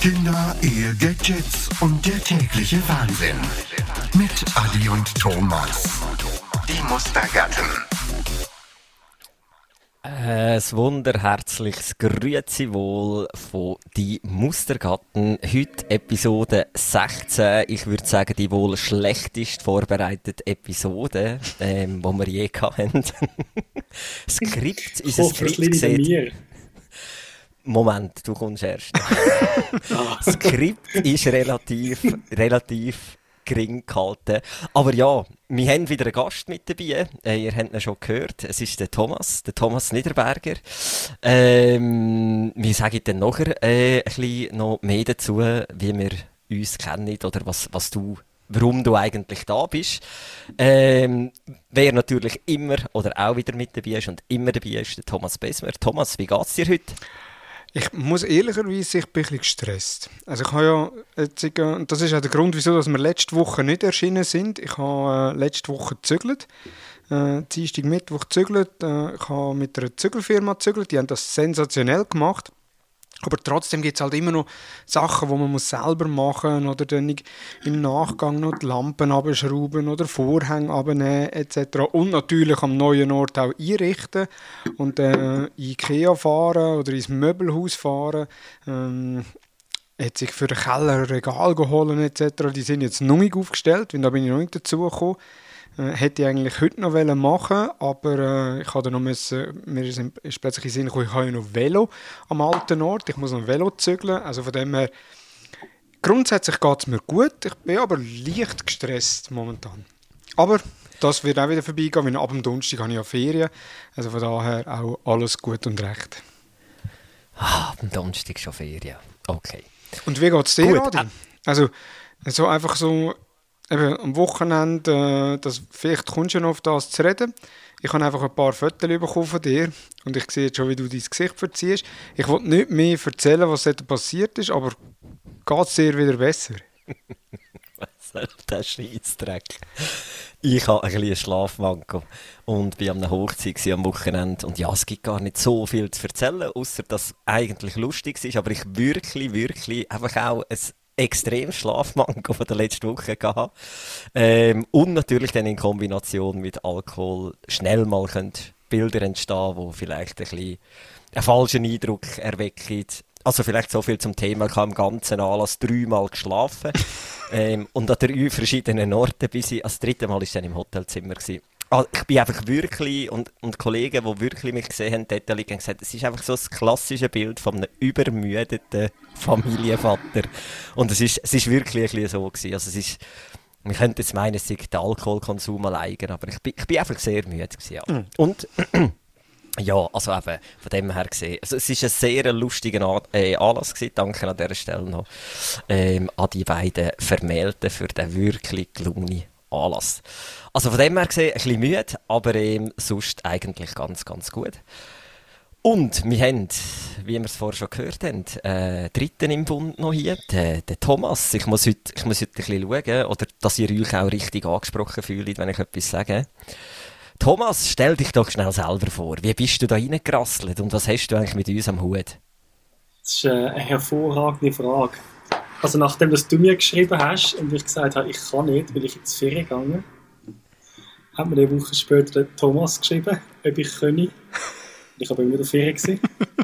Kinder, Ehe, Gadgets und der tägliche Wahnsinn. Mit Adi und Thomas. Die Mustergatten. Ein wunderherzliches Grüezi wohl von die Mustergatten. Heute Episode 16. Ich würde sagen, die wohl schlechtest vorbereitete Episode, die wir je hatten. Unser Skript sieht... Moment, du kommst erst. Das Skript ist relativ gering gehalten. Aber ja, wir haben wieder einen Gast mit dabei. Ihr habt ihn schon gehört. Es ist der Thomas Niederberger. Wir sagen dann nachher ein bisschen noch mehr dazu, wie wir uns kennen oder warum du eigentlich da bist. Wer natürlich immer oder auch wieder mit dabei ist und immer dabei ist, der Thomas Besmer. Thomas, wie geht's dir heute? Ich muss ehrlicherweise sagen, ich bin ein bisschen gestresst. Also ich habe ja jetzt, und das ist auch der Grund, wieso dass wir letzte Woche nicht erschienen sind. Ich habe letzte Woche gezügelt, Dienstag, Mittwoch gezügelt. Ich habe mit einer Zügelfirma gezügelt, die haben das sensationell gemacht. Aber trotzdem gibt es halt immer noch Sachen, die man selber machen muss oder dann im Nachgang noch die Lampen abschrauben oder Vorhänge abnehmen etc. Und natürlich am neuen Ort auch einrichten und in Ikea fahren oder ins Möbelhaus fahren. Hat sich für den Keller ein Regal geholt etc. Die sind jetzt noch nicht aufgestellt, weil da bin ich noch nicht dazu gekommen. Hätte ich eigentlich heute noch machen, aber ich habe noch müssen, mir ist plötzlich in den Sinn gekommen, ich habe ja noch Velo am alten Ort, ich muss noch Velo zügeln, also von dem her, grundsätzlich geht es mir gut, ich bin aber leicht gestresst momentan. Aber das wird auch wieder vorbeigehen, weil ab dem Donnerstag habe ich ja Ferien, also von daher auch alles gut und recht. Ab dem Donnerstag schon Ferien, okay. Und wie geht es dir, Adi? Also so einfach so... Eben, am Wochenende, vielleicht kommst du noch auf das zu reden. Ich habe einfach ein paar Fotos bekommen von dir und ich sehe jetzt schon, wie du dein Gesicht verziehst. Ich will nicht mehr erzählen, was dort passiert ist, aber geht es dir wieder besser? Was soll der Scheissdreck? Ich habe ein bisschen Schlafmangel und war an einer Hochzeit am Wochenende. Und ja, es gibt gar nicht so viel zu erzählen, außer dass es eigentlich lustig ist, aber ich wirklich einfach auch ein extrem Schlafmangel von der letzten Woche gehabt. Und natürlich dann in Kombination mit Alkohol schnell mal Bilder entstehen, die vielleicht ein bisschen einen falschen Eindruck erwecken. Also vielleicht so viel zum Thema, ich habe im ganzen Anlass 3-mal geschlafen. Und an 3 verschiedenen Orten, das 3. Mal war dann im Hotelzimmer gewesen. Also ich bin einfach wirklich, und Kollegen, die wirklich mich gesehen haben, dort liegen, haben gesagt, es ist einfach so das klassische Bild von einem übermüdeten Familienvater. Und es ist wirklich ein bisschen so gewesen. Also man könnte jetzt meinen, es sei der Alkoholkonsum allein, aber ich bin einfach sehr müde gewesen, ja. Und ja, also eben, von dem her gesehen, also es ist ein sehr lustiger Anlass gewesen, danke an dieser Stelle noch an die beiden Vermählten für den wirklich gelungenen Anlass. Also von dem her gesehen, ein bisschen müde, aber sonst eigentlich ganz, ganz gut. Und wir haben, wie wir es vorher schon gehört haben, Dritten im Bund noch hier, den Thomas. Ich muss heute ein bisschen schauen, oder dass ihr euch auch richtig angesprochen fühlt, wenn ich etwas sage. Thomas, stell dich doch schnell selber vor. Wie bist du da reingerasselt und was hast du eigentlich mit uns am Hut? Das ist eine hervorragende Frage. Also nachdem dass du mir geschrieben hast und ich gesagt habe, ich kann nicht, weil ich ins Ferien gegangen, hat mir eine Woche später der Thomas geschrieben, ob ich könne. Ich war immer in der Ferien gewesen.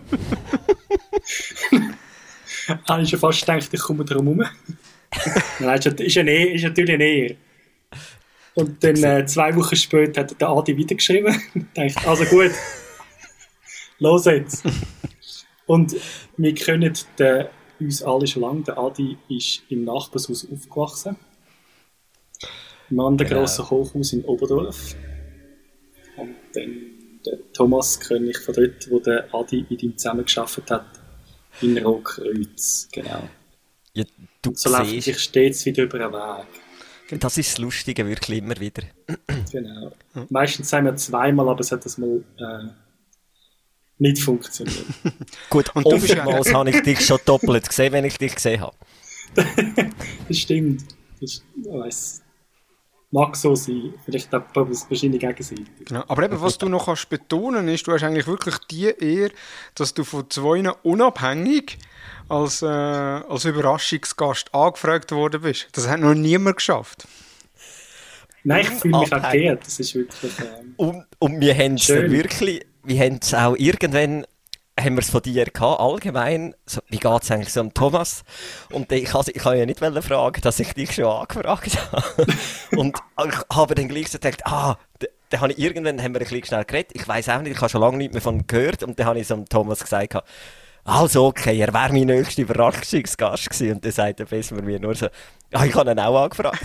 Habe ich schon fast gedacht, ich komme drum herum. Nein, ist natürlich näher. Und dann 2 Wochen später hat der Adi wieder geschrieben. Ich dachte, also gut, los jetzt. Und wir kennen uns alle schon lange. Der Adi ist im Nachbarshaus aufgewachsen. Im anderen grossen Hochhaus in Oberdorf. Und dann den Thomas kenne ich von dort, wo der Adi mit ihm zusammengearbeitet hat. In Rotkreuz, genau. Ja, so läuft sich stets wieder über den Weg. Das ist das Lustige, wirklich immer wieder. Genau. Meistens sagen wir 2-mal, aber es hat das mal nicht funktioniert. Gut, und oftmals habe ich dich schon doppelt gesehen, wenn ich dich gesehen habe. Das stimmt. Ich weiss. Mag so sein. Vielleicht auch wahrscheinlich gegenseitig. Genau. Aber eben, was du noch kannst betonen ist, du hast eigentlich wirklich die Ehre, dass du von 2 unabhängig als Überraschungsgast angefragt worden bist. Das hat noch niemand geschafft. Nein, ich fühle mich auch geehrt. Das ist wirklich Und wir haben es schön. wirklich, wir haben es auch irgendwann, haben wir es von dir gehabt, allgemein, so, wie geht es eigentlich so um Thomas? Und ich kann ja nicht fragen, dass ich dich schon angefragt habe. Und ich habe dann gleich so gedacht, dann habe ich irgendwann, haben wir ein bisschen schnell geredet, ich weiss auch nicht, ich habe schon lange nichts mehr von ihm gehört, und dann habe ich so Thomas gesagt, also okay, er wäre mein nächster Überraschungsgast gewesen, und dann sagt der Besser mir nur so, ich habe ihn auch angefragt.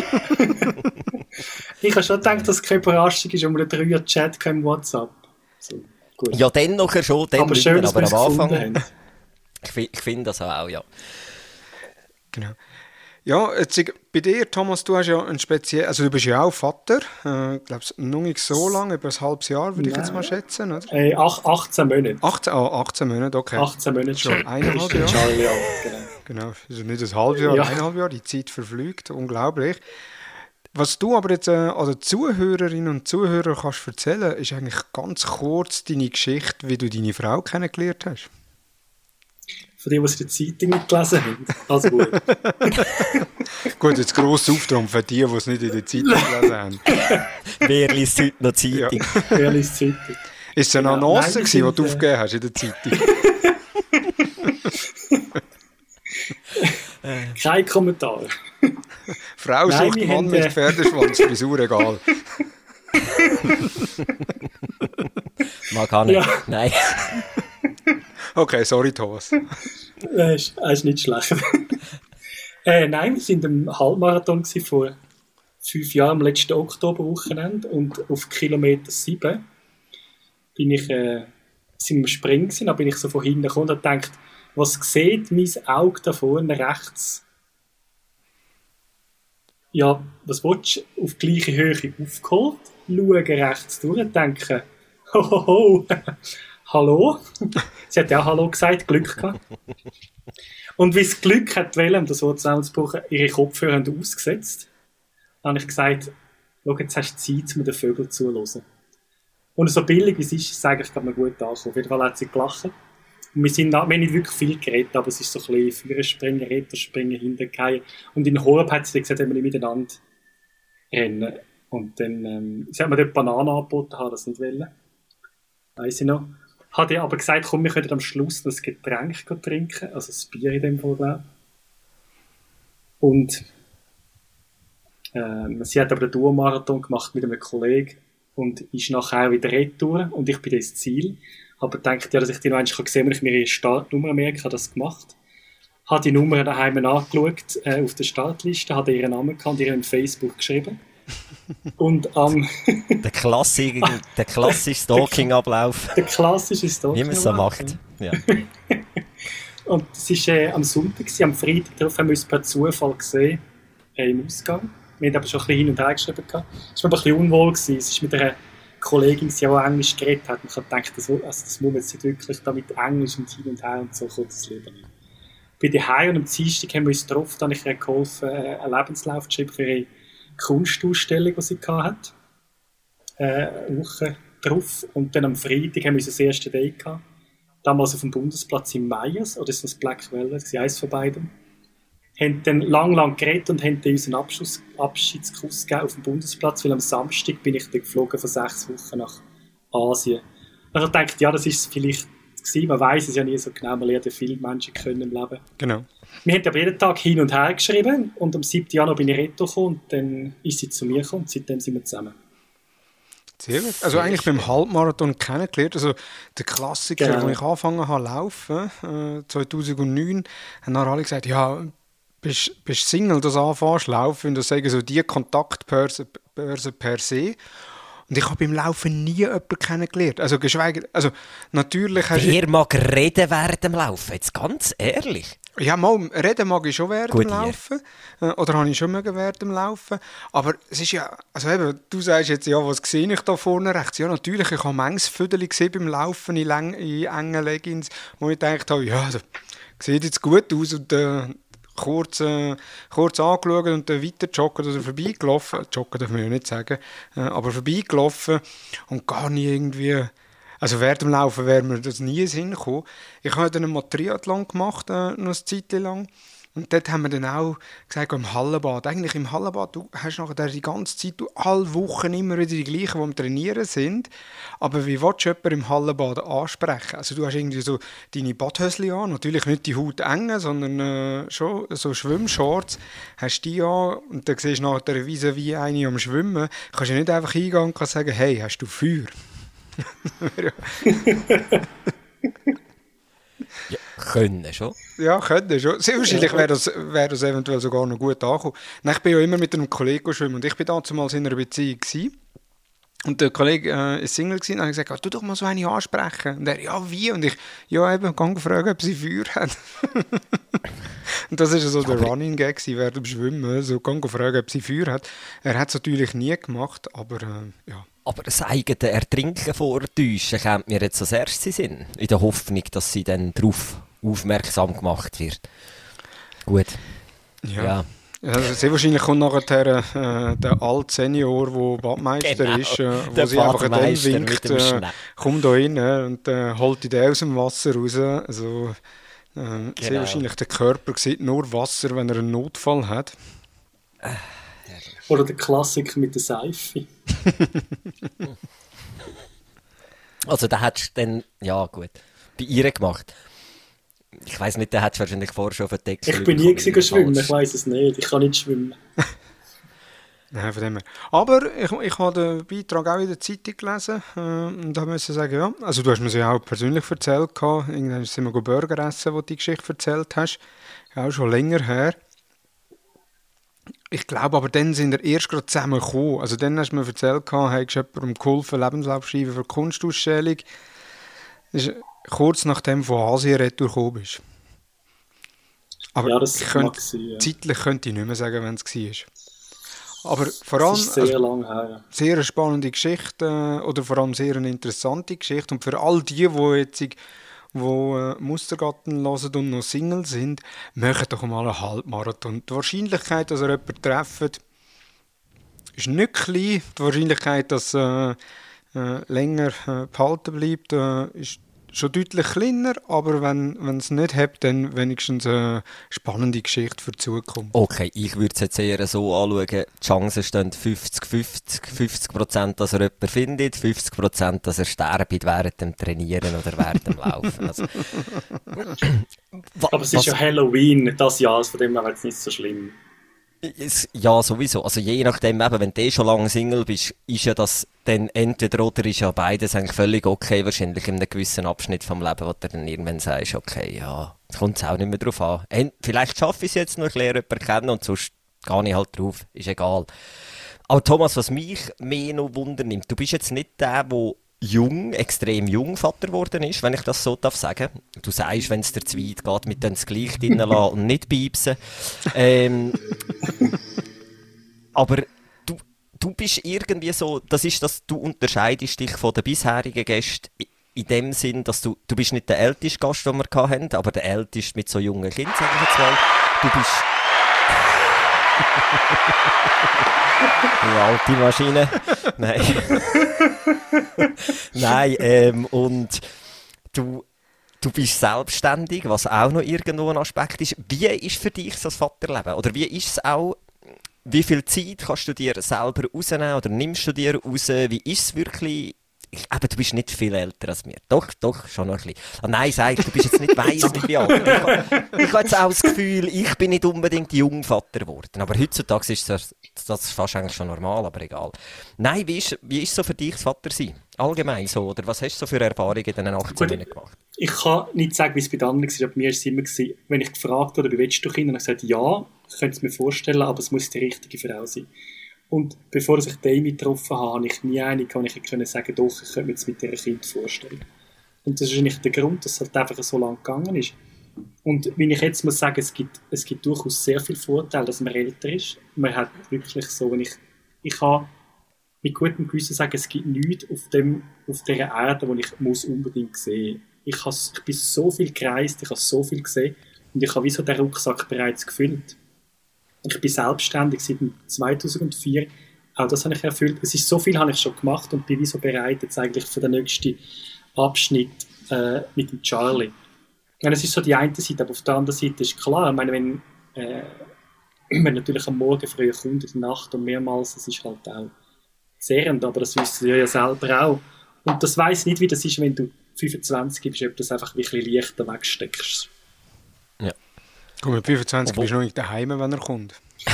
Ich habe schon gedacht, dass es keine Überraschung ist, um einen 3er-Chat im WhatsApp. So, gut. Ja, dann noch schon, dann aber nicht schön, mehr, dass wir aber es am gefunden Anfang, haben. ich finde das auch, ja. Genau. Ja, jetzt, bei dir, Thomas, du hast ja ein speziell, also du bist ja auch Vater, ich glaube, noch nicht so lange, über ein halbes Jahr, würde ich jetzt mal schätzen, oder? 18 Monate. 18 Monate, okay. 18 Monate Schon 1,5 ist Jahre. Charlie alt, genau. Genau, also nicht ein halbes Jahr, Ja. 1,5 Jahre, die Zeit verfliegt, unglaublich. Was du aber jetzt an den Zuhörerinnen und Zuhörern kannst erzählen, ist eigentlich ganz kurz deine Geschichte, wie du deine Frau kennengelernt hast. Von denen, die es in der Zeitung nicht gelesen haben. Also gut. Gut, jetzt grosser Auftrag für die es nicht in der Zeitung gelesen haben. Wer liest heute noch Zeitung? Wer liest Zeitung? Ist es eine Genau. Annonce Nein, gewesen, die wir du sind, aufgegeben hast in der Zeitung? Kein Kommentar. Frau Nein, sucht wir Mann haben, mit Pferdeschwanz, Frisur egal. Mag gar nicht. Ja. Nein. Okay, sorry Thomas. Das ist nicht schlecht. Nein, wir waren im Halbmarathon vor 5 Jahren, am letzten Oktoberwochenende. Und auf Kilometer 7 sind wir im Springen gewesen, dann bin ich so von hinten gekommen und habe gedacht, was sieht mein Auge da vorne rechts? Ja, was willst du? Auf gleiche Höhe aufgeholt, schauen rechts durch, denken, hohoho, hallo? Sie hat ja auch Hallo gesagt, Glück gehabt. Und wie es Glück hat, um das Wort zusammenzubringen, ihre Kopfhörer haben ausgesetzt. Dann habe ich gesagt, schau, jetzt hast du Zeit, um den Vögeln zuzuhören. Und so billig wie es ist es eigentlich gerade mal gut angekommen. Auf jeden Fall hat sie gelacht. Und wir haben nicht wirklich viel geredet, aber es ist so ein bisschen Führerspringen, Retterspringen, hintergehen. Und in Horb hat sie gesagt, wenn wir nicht miteinander rennen. Und dann, sie hat mir dort Bananen angeboten, habe das nicht wollen. Weiss ich noch. Hat ihr aber gesagt, komm, wir können am Schluss noch ein Getränk trinken, also das Bier in dem Fall, glaube ich. Und sie hat aber den Tourmarathon gemacht mit einem Kollegen und ist nachher wieder retour und ich bin dann ins Ziel. Aber denkt ja, dass ich die noch einmal gesehen habe, wenn ich mir ihre Startnummer merke, habe das gemacht. Habe die Nummer daheim angeschaut, auf der Startliste, habe ihren Namen gehabt und ihr in Facebook geschrieben. Und Der klassische Stalking-Ablauf. Der klassische Wie man es so macht. Ja. Und es war am Sonntag, am Freitag darauf haben wir uns per Zufall gesehen im Ausgang. Wir haben aber schon ein bisschen hin und her geschrieben. Es war aber ein bisschen unwohl. Es war mit einer Kollegin, die auch Englisch geredet hat. Und ich habe gedacht, das muss man jetzt nicht wirklich da mit Englisch und hin und her und so kommt das lieber nicht. Bei daheim und am Dienstag haben wir uns getroffen, da habe ich ihr geholfen, einen Lebenslauf zu schreiben für ihre Kunstausstellung, die sie hatte. Eine Woche drauf. Und dann am Freitag haben wir unser erstes Date gehabt. Damals auf dem Bundesplatz in Meyers, oder ist das Black Velvet, das war eines von beiden. Haben dann lang geredet und haben dann unseren Abschiedskuss gegeben auf dem Bundesplatz, weil am Samstag bin ich dann geflogen für 6 Wochen nach Asien. Und ich dachte, ja, das ist es vielleicht gewesen. Man weiss es ja nie so genau, man lernt ja viele Menschen kennen im Leben. Genau. Wir haben aber jeden Tag hin und her geschrieben und am 7. Januar bin ich retour gekommen und dann ist sie zu mir gekommen und seitdem sind wir zusammen. Sehr gut. Also eigentlich beim Halbmarathon kennengelernt. Also der Klassiker, Genau. als ich angefangen habe zu laufen, 2009, haben dann alle gesagt, ja, bist Single, das anfängst zu laufen, und das sagen so die Kontaktbörse per se. Und ich habe beim Laufen nie jemanden kennengelernt. Also geschweige, also natürlich hast Wer mag reden während dem Laufen? Jetzt ganz ehrlich. ja, mal reden mag ich schon während Gut, dem Laufen. Oder habe ich schon mögen während dem Laufen. Aber es ist ja, also eben, du sagst jetzt, ja, was sehe ich da vorne rechts? Ja, natürlich, ich habe manches Viertel gesehen beim Laufen in engen Leggings, wo ich gedacht habe, ja, das sieht jetzt gut aus und kurz angeschaut und dann weiter joggen oder vorbeigelaufen. Joggen darf man ja nicht sagen, aber vorbeigelaufen und gar nie irgendwie... Also während dem Laufen wäre mir das nie in den Sinn gekommen. Ich habe dann einen Triathlon gemacht, noch eine Zeit lang. Und dort haben wir dann auch gesagt, im Hallenbad. Eigentlich im Hallenbad, du hast nachher die ganze Zeit, alle Wochen immer wieder die gleichen, die am Trainieren sind. Aber wie willst du jemanden im Hallenbad ansprechen? Also du hast irgendwie so deine Badhösli an, natürlich nicht die Haut eng, sondern schon so Schwimmshorts. Hast die an und dann siehst du nachher wie eine am Schwimmen. Du kannst ja nicht einfach hingehen und sagen, hey, hast du Feuer? Ja, können schon. Ja, könnte schon. Sehr wahrscheinlich wäre das eventuell sogar noch gut angekommen. Ich bin ja immer mit einem Kollegen schwimmen und ich war damals in einer Beziehung gewesen. Und der Kollege war Single gewesen, und dann habe ich gesagt, tu doch mal so eine ansprechen. Und er, ja, wie? Und ich, ja, eben, gang fragen, ob sie Feuer hat. Und das war so der Running Gag während dem Schwimmen. So, gang fragen, ob sie Feuer hat. Er hat es natürlich nie gemacht, aber ja. Aber das eigene Ertrinken vortäuschen kommt mir jetzt als erstes in den Sinn. In der Hoffnung, dass sie dann darauf aufmerksam gemacht wird. Gut. Ja. Also sehr wahrscheinlich kommt nachher der alte Senior, der Badmeister ist, wo sie einfach dann winkt, komm da rein und holt den aus dem Wasser raus. Also, sehr wahrscheinlich der Körper sieht nur Wasser, wenn er einen Notfall hat. Oder der Klassiker mit der Seife. Also da hättest du dann, ja gut, bei ihr gemacht. Ich weiss nicht, der hättest du wahrscheinlich vorher schon auf den Deckel. Ich bin nie schwimmen, ich weiss es nicht. Ich kann nicht schwimmen. Nein, von dem her. Aber ich habe den Beitrag auch in der Zeitung gelesen und da musste ich sagen, ja, also du hast mir ja auch persönlich erzählt, irgendwann sind wir Burger essen, wo du die Geschichte erzählt hast, auch schon länger her. Ich glaube, aber dann sind wir erst gerade zusammen gekommen. Also dann hast du mir erzählt, hast du jemandem geholfen, Lebenslauf schreiben für die Kunstausstellung. Das ist kurz nachdem du von Asien retour gekommen bist. Aber ja, das mag sein, ja. Zeitlich könnte ich nicht mehr sagen, wenn es war. Aber vor allem... Das ist sehr lang her, ja. Sehr eine spannende Geschichte oder vor allem sehr eine interessante Geschichte. Und für all die jetzt... die Mustergatten hören und noch Single sind, machen doch mal einen Halbmarathon. Die Wahrscheinlichkeit, dass ihr jemanden trefft, ist nicht klein. Die Wahrscheinlichkeit, dass länger behalten bleibt, ist schon deutlich kleiner. Aber wenn es nicht habt, dann wenigstens eine spannende Geschichte für die Zukunft. Okay, ich würde es jetzt eher so anschauen, die Chancen stehen 50-50, 50%, dass er jemanden findet, 50%, dass er sterbt während dem Trainieren oder während dem Laufen. Also, aber es ist ja Halloween das Jahr, von dem her wäre es nicht so schlimm. Ja, sowieso. Also je nachdem, eben, wenn du schon lange Single bist, ist ja das dann entweder oder ist ja beides eigentlich völlig okay, wahrscheinlich in einem gewissen Abschnitt vom Leben, wo du dann irgendwann sagst, okay, ja, es kommt auch nicht mehr drauf an. Vielleicht schaffe ich es jetzt noch, ich lerne jemanden kennen und sonst gehe ich halt drauf, ist egal. Aber Thomas, was mich mehr noch wundernimmt, du bist jetzt nicht der extrem jung Vater geworden ist, wenn ich das so darf sagen. Du sagst, wenn es dir zu weit geht, mit dem Gleich drinnen lassen und nicht piepsen. Aber du bist irgendwie so, das ist, dass du unterscheidest dich von den bisherigen Gästen in dem Sinn, dass du bist nicht der älteste Gast, den wir hatten, aber der älteste mit so jungen Kindern, sage ich jetzt mal. Du bist... Die alte Maschine. Nein. Nein, und du bist selbstständig, was auch noch irgendwo ein Aspekt ist. Wie ist für dich das Vaterleben? Oder wie ist es auch, wie viel Zeit kannst du dir selber rausnehmen oder nimmst du dir raus? Wie ist es wirklich? Aber du bist nicht viel älter als mir. Doch, schon noch ein bisschen. Ah, nein, sag ich, du bist jetzt nicht weiss nicht wie alt. Ich habe jetzt auch das Gefühl, ich bin nicht unbedingt Jungvater geworden. Aber heutzutage ist das fast eigentlich schon normal, aber egal. Nein, wie ist so für dich das Vatersein? Allgemein so, oder was hast du so für Erfahrungen in den 18 Monaten gemacht? Ich kann nicht sagen, wie es bei den anderen war, aber bei mir war es immer, wenn ich gefragt wurde, wie willst du Kinder? Und ich gesagt, ja, ich könnte es mir vorstellen, aber es muss die richtige Frau sein. Und bevor ich Dami getroffen habe, habe ich nie eine, kann ich können sagen, doch, ich könnte mir das mit diesem Kind vorstellen. Und das ist eigentlich der Grund, dass es halt einfach so lange gegangen ist. Und wenn ich jetzt muss sagen, es gibt durchaus sehr viele Vorteile, dass man älter ist. Man hat wirklich so, wenn ich kann mit gutem Gewissen sagen, es gibt nichts auf dieser Erde, wo ich muss unbedingt sehen muss. Ich bin so viel gereist, ich habe so viel gesehen. Und ich habe wie so den Rucksack bereits gefüllt. Ich bin selbstständig seit 2004. Auch das habe ich erfüllt. Es ist so viel habe ich schon gemacht und bin wie so bereit jetzt eigentlich für den nächsten Abschnitt mit dem Charlie. Und es ist so die eine Seite, aber auf der anderen Seite ist klar, ich meine, wenn natürlich am Morgen früh kommt, in der Nacht und mehrmals, das ist halt auch zehrend, aber das wissen wir ja selber auch. Und das weiss nicht, wie das ist, wenn du 25 bist, ob das einfach wirklich leichter wegsteckst. Ja. Guck, mit 25 bist du noch nicht daheim, wenn er kommt.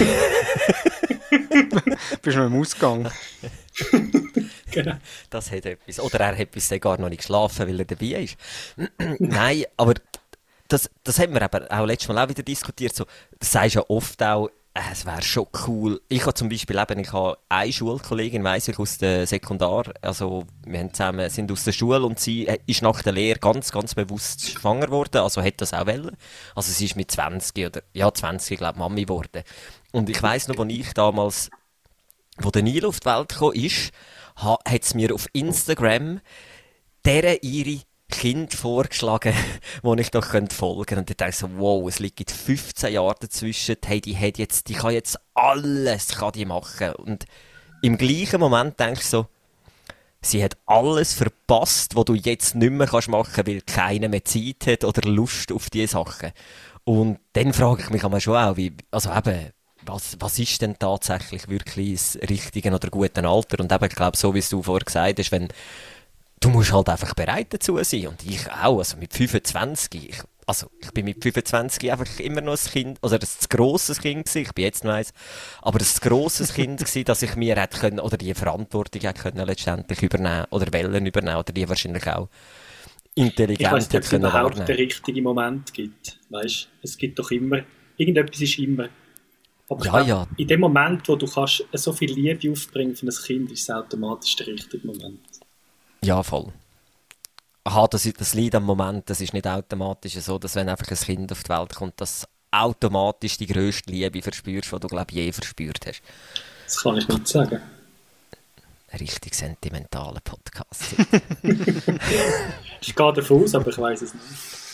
Bist noch im Ausgang. Genau. Das hat etwas. Oder er hat bis gar noch nicht geschlafen, weil er dabei ist. Nein, aber das haben wir eben auch letztes Mal auch wieder diskutiert. So, das sagst ja oft auch, es wäre schon cool. Ich habe zum Beispiel ich habe eine Schulkollegin, weiss ich, aus der Sekundar. Also, wir haben zusammen, sind aus der Schule und sie ist nach der Lehre ganz, ganz bewusst schwanger geworden. Also, hat das auch wollen. Also, sie ist mit 20 oder, ja, 20, glaube ich, Mami geworden. Und ich weiss noch, als ich damals, wo der Nilo auf die Welt gekommen ist, hat es mir auf Instagram ihre Kind vorgeschlagen, wo ich doch folgen könnte. Und ich dachte so, wow, es liegt 15 Jahre dazwischen. Hey, die kann jetzt alles kann die machen. Und im gleichen Moment denke ich so, sie hat alles verpasst, was du jetzt nicht mehr machen kannst, weil keiner mehr Zeit hat oder Lust auf diese Sachen. Und dann frage ich mich schon auch, was ist denn tatsächlich wirklich das richtige oder gute Alter? Und eben, ich glaube, so wie du vorher gesagt hast, du musst halt einfach bereit dazu sein. Und ich auch. Also mit 25. Ich bin mit 25 einfach immer noch ein Kind, oder ein grosses Kind gewesen. Ich bin jetzt noch eins. Aber ein grosses Kind gewesen, dass ich mir hätte können, oder die Verantwortung hätte können letztendlich übernehmen, oder wollen übernehmen, oder die wahrscheinlich auch intelligent hätte können. Ich weiss nicht, ob es überhaupt den richtigen Moment gibt. Weißt, es gibt doch immer, irgendetwas ist immer. Aber ja. In dem Moment, wo du kannst so viel Liebe aufbringen für ein Kind, ist es automatisch der richtige Moment. Ja, voll. Aha, das Lied am Moment, das ist nicht automatisch so, dass wenn einfach ein Kind auf die Welt kommt, dass automatisch die grösste Liebe verspürst, die du, glaube ich, je verspürt hast. Das kann ich nicht sagen. Ein richtig sentimentaler Podcast. Ich gehe davon aus, aber ich weiss es nicht.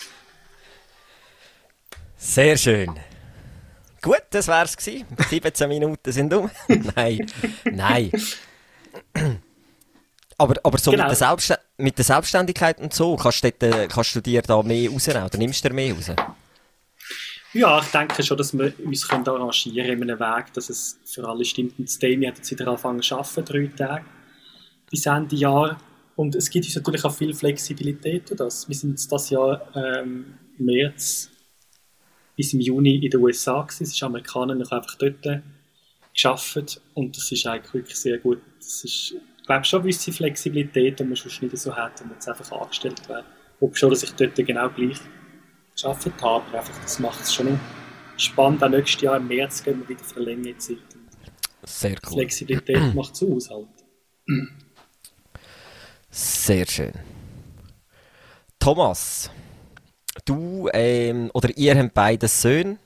Sehr schön. Gut, das wär's gewesen. 17 Minuten sind um. Nein. Aber so genau. mit der Selbstständigkeit und so, kannst du dir da mehr rausnehmen oder nimmst du dir mehr raus? Ja, ich denke schon, dass wir uns arrangieren können in einem Weg, dass es für alle stimmt. Und Demi hat jetzt wieder angefangen zu arbeiten, 3 Tage bis Ende Jahr. Und es gibt uns natürlich auch viel Flexibilität durch das. Wir sind jetzt dieses Jahr im März bis im Juni in den USA gewesen. Es ist Amerikaner, ich habe einfach dort gearbeitet und das ist eigentlich wirklich sehr gut. Das ist, ich glaube schon, eine gewisse Flexibilität, die man sonst nicht so hat, wenn man jetzt einfach angestellt wäre. Ob schon, dass ich dort genau gleich gearbeitet habe, aber einfach, das macht es schon spannend. Auch nächstes Jahr im März gehen wir wieder für eine längere Zeit. Sehr cool. Flexibilität macht es aus halt. Sehr schön. Thomas, du oder ihr habt beide Söhne.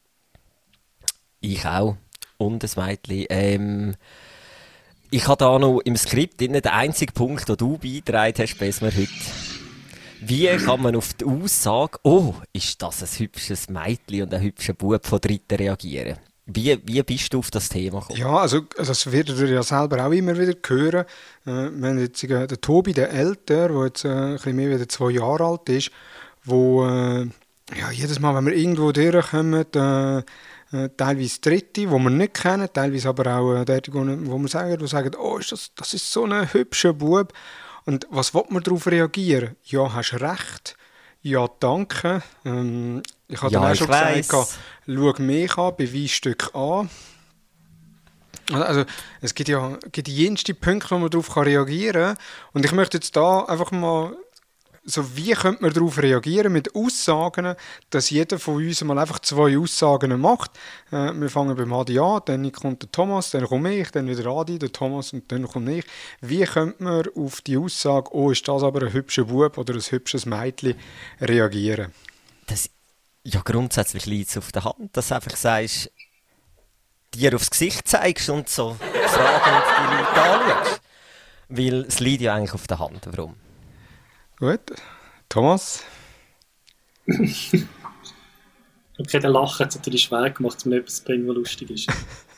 Ich auch. Und ein Mädchen. Ich habe da noch im Skript den einzigen Punkt, den du beigetragen hast, bis wir heute. Wie kann man auf die Aussage, oh, ist das ein hübsches Mädchen und ein hübscher Bub von Dritten reagieren? Wie bist du auf das Thema gekommen? Ja, also das werdet ihr ja selber auch immer wieder hören. Wir haben jetzt den Tobi, der Älter, der jetzt ein bisschen mehr als 2 Jahre alt ist, wo jedes Mal, wenn wir irgendwo durchkommen, teilweise Dritte, die wir nicht kennen, teilweise aber auch Dritte, wo wir sagen, oh, das ist so ein hübscher Bub. Und was will man darauf reagieren? Ja, hast recht. Ja, danke. Ich habe dann auch schon gesagt, schau mich an, Beweisstück an. Also, es gibt jenste Punkte, wo man darauf reagieren kann. Und ich möchte jetzt da einfach mal, so wie könnte man darauf reagieren mit Aussagen, dass jeder von uns mal einfach 2 Aussagen macht. Wir fangen beim Adi an, dann kommt der Thomas, dann komme ich, dann wieder Adi, der Thomas und dann komme ich. Wie könnte man auf die Aussage, oh, ist das aber ein hübscher Bub oder ein hübsches Mädchen, reagieren? Ja, grundsätzlich liegt es auf der Hand, dass du einfach sagst, dir aufs Gesicht zeigst und so fragend die Leute anschaust. Weil es liegt ja eigentlich auf der Hand. Warum? Gut. Thomas? Okay, der Lachen hat es natürlich schwer gemacht, um etwas zu bringen, was lustig ist.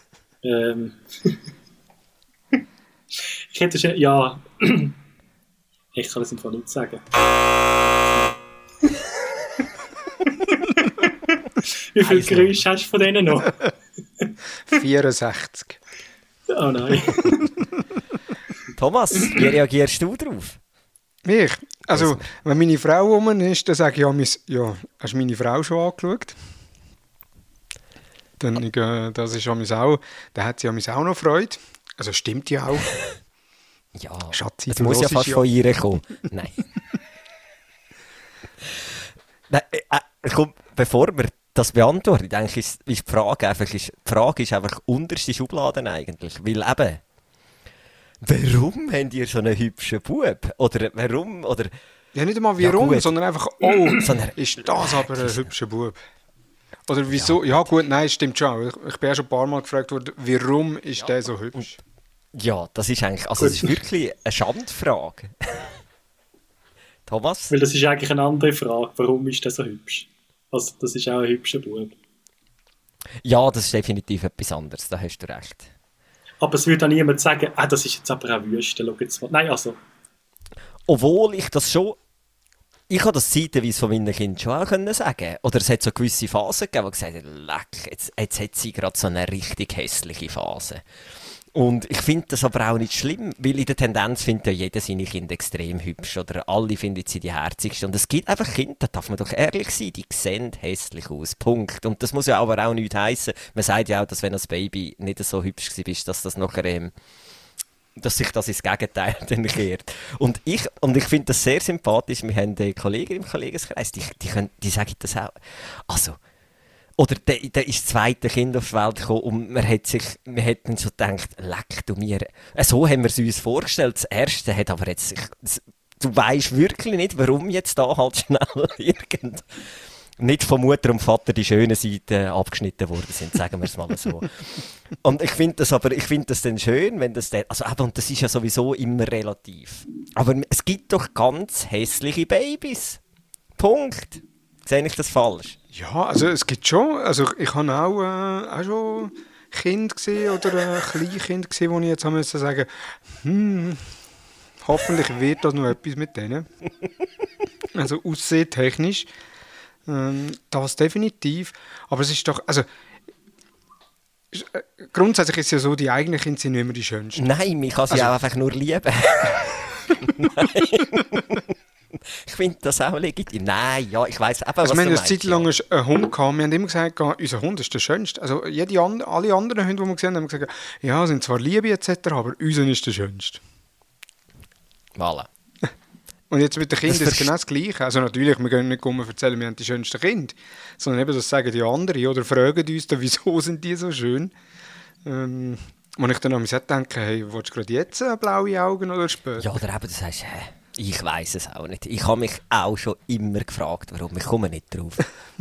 Ich hätte schon, ja... Ich kann das im Fall nicht sagen. Wie viele Geräusche hast du von denen noch? 64. Oh nein. Thomas, wie reagierst du drauf? Ich? Also, wenn meine Frau rum ist, dann sage ich ja, hast du meine Frau schon angeschaut? Dann, das ist auch, da hat sie auch noch Freude. Also stimmt ja auch. Ja, Schatzi, es muss ja fast von ihr kommen. Nein. Nein, komm, bevor wir das beantworten, denke ich, ist die Frage ist einfach unterste Schubladen eigentlich. Weil eben, warum habt ihr so einen hübschen Bub? Oder warum? Oder, ja, nicht einmal warum, sondern einfach, ist das aber ein hübscher Bub? Oder wieso? Ja gut, nein, stimmt schon. Ich bin ja schon ein paar Mal gefragt worden, warum ist der so hübsch? Ja, das ist eigentlich, also das ist wirklich eine Schandfrage. Thomas? Weil das ist eigentlich eine andere Frage. Warum ist der so hübsch? Also, das ist auch ein hübscher Bub. Ja, das ist definitiv etwas anderes, da hast du recht. Aber es würde auch niemand sagen, das ist jetzt aber auch Wüste. Schau jetzt mal. Nein, also. Obwohl ich das schon... Ich habe das zeitweise von meinen Kindern schon auch können sagen. Oder es hat so gewisse Phasen gegeben, wo gesagt haben, leck, jetzt hat sie gerade so eine richtig hässliche Phase. Und ich finde das aber auch nicht schlimm, weil in der Tendenz findet ja jeder seine Kinder extrem hübsch oder alle finden sie die herzigsten. Und es gibt einfach Kinder, da darf man doch ehrlich sein, die sehen hässlich aus, Punkt. Und das muss ja aber auch nichts heissen. Man sagt ja auch, dass wenn das Baby nicht so hübsch war, dass das nachher... dass sich das ins Gegenteil dann kehrt. Und ich finde das sehr sympathisch. Wir haben Kollegen im Kollegenkreis, die sagen das auch. Also, oder der ist das zweite Kind auf die Welt gekommen und man hat dann so gedacht, leck du mir. So haben wir es uns vorgestellt. Das erste hat aber jetzt, du weisst wirklich nicht, warum jetzt da halt schnell nicht von Mutter und Vater die schönen Seiten abgeschnitten worden sind, sagen wir es mal so. Und ich finde das dann schön, wenn das dann, also eben, und das ist ja sowieso immer relativ. Aber es gibt doch ganz hässliche Babys. Punkt. Sehe ich das falsch? Ja, also es gibt schon, also ich habe auch schon Kinder gesehen oder Kleinkind gesehen, wo ich jetzt haben müssen sagen, hoffentlich wird das noch etwas mit denen. Also aussehtechnisch. Das definitiv. Aber es ist doch, also grundsätzlich ist es ja so, die eigenen Kinder sind nicht immer die schönsten. Nein, mich kann sie auch einfach nur lieben. Nein. Ich finde das auch legitim. Nein, ja, ich weiss eben, also was wir du haben meinst. eine Zeit lang einen Hund gehabt, wir haben immer gesagt, unser Hund ist der schönste. Also alle anderen Hunde, die wir gesehen haben, haben gesagt, ja, sind zwar Liebe etc., aber unser ist der schönste. Voilà. Und jetzt mit den Kindern ist es genau das Gleiche. Also natürlich, wir können nicht erzählen, wir haben die schönsten Kinder, sondern eben, das sagen die anderen oder fragen uns dann, wieso sind die so schön. Und ich dann auch denke, hey, willst du gerade jetzt blaue Augen oder später? Ja, oder eben, du sagst, ich weiss es auch nicht. Ich habe mich auch schon immer gefragt, warum. Ich komme nicht drauf.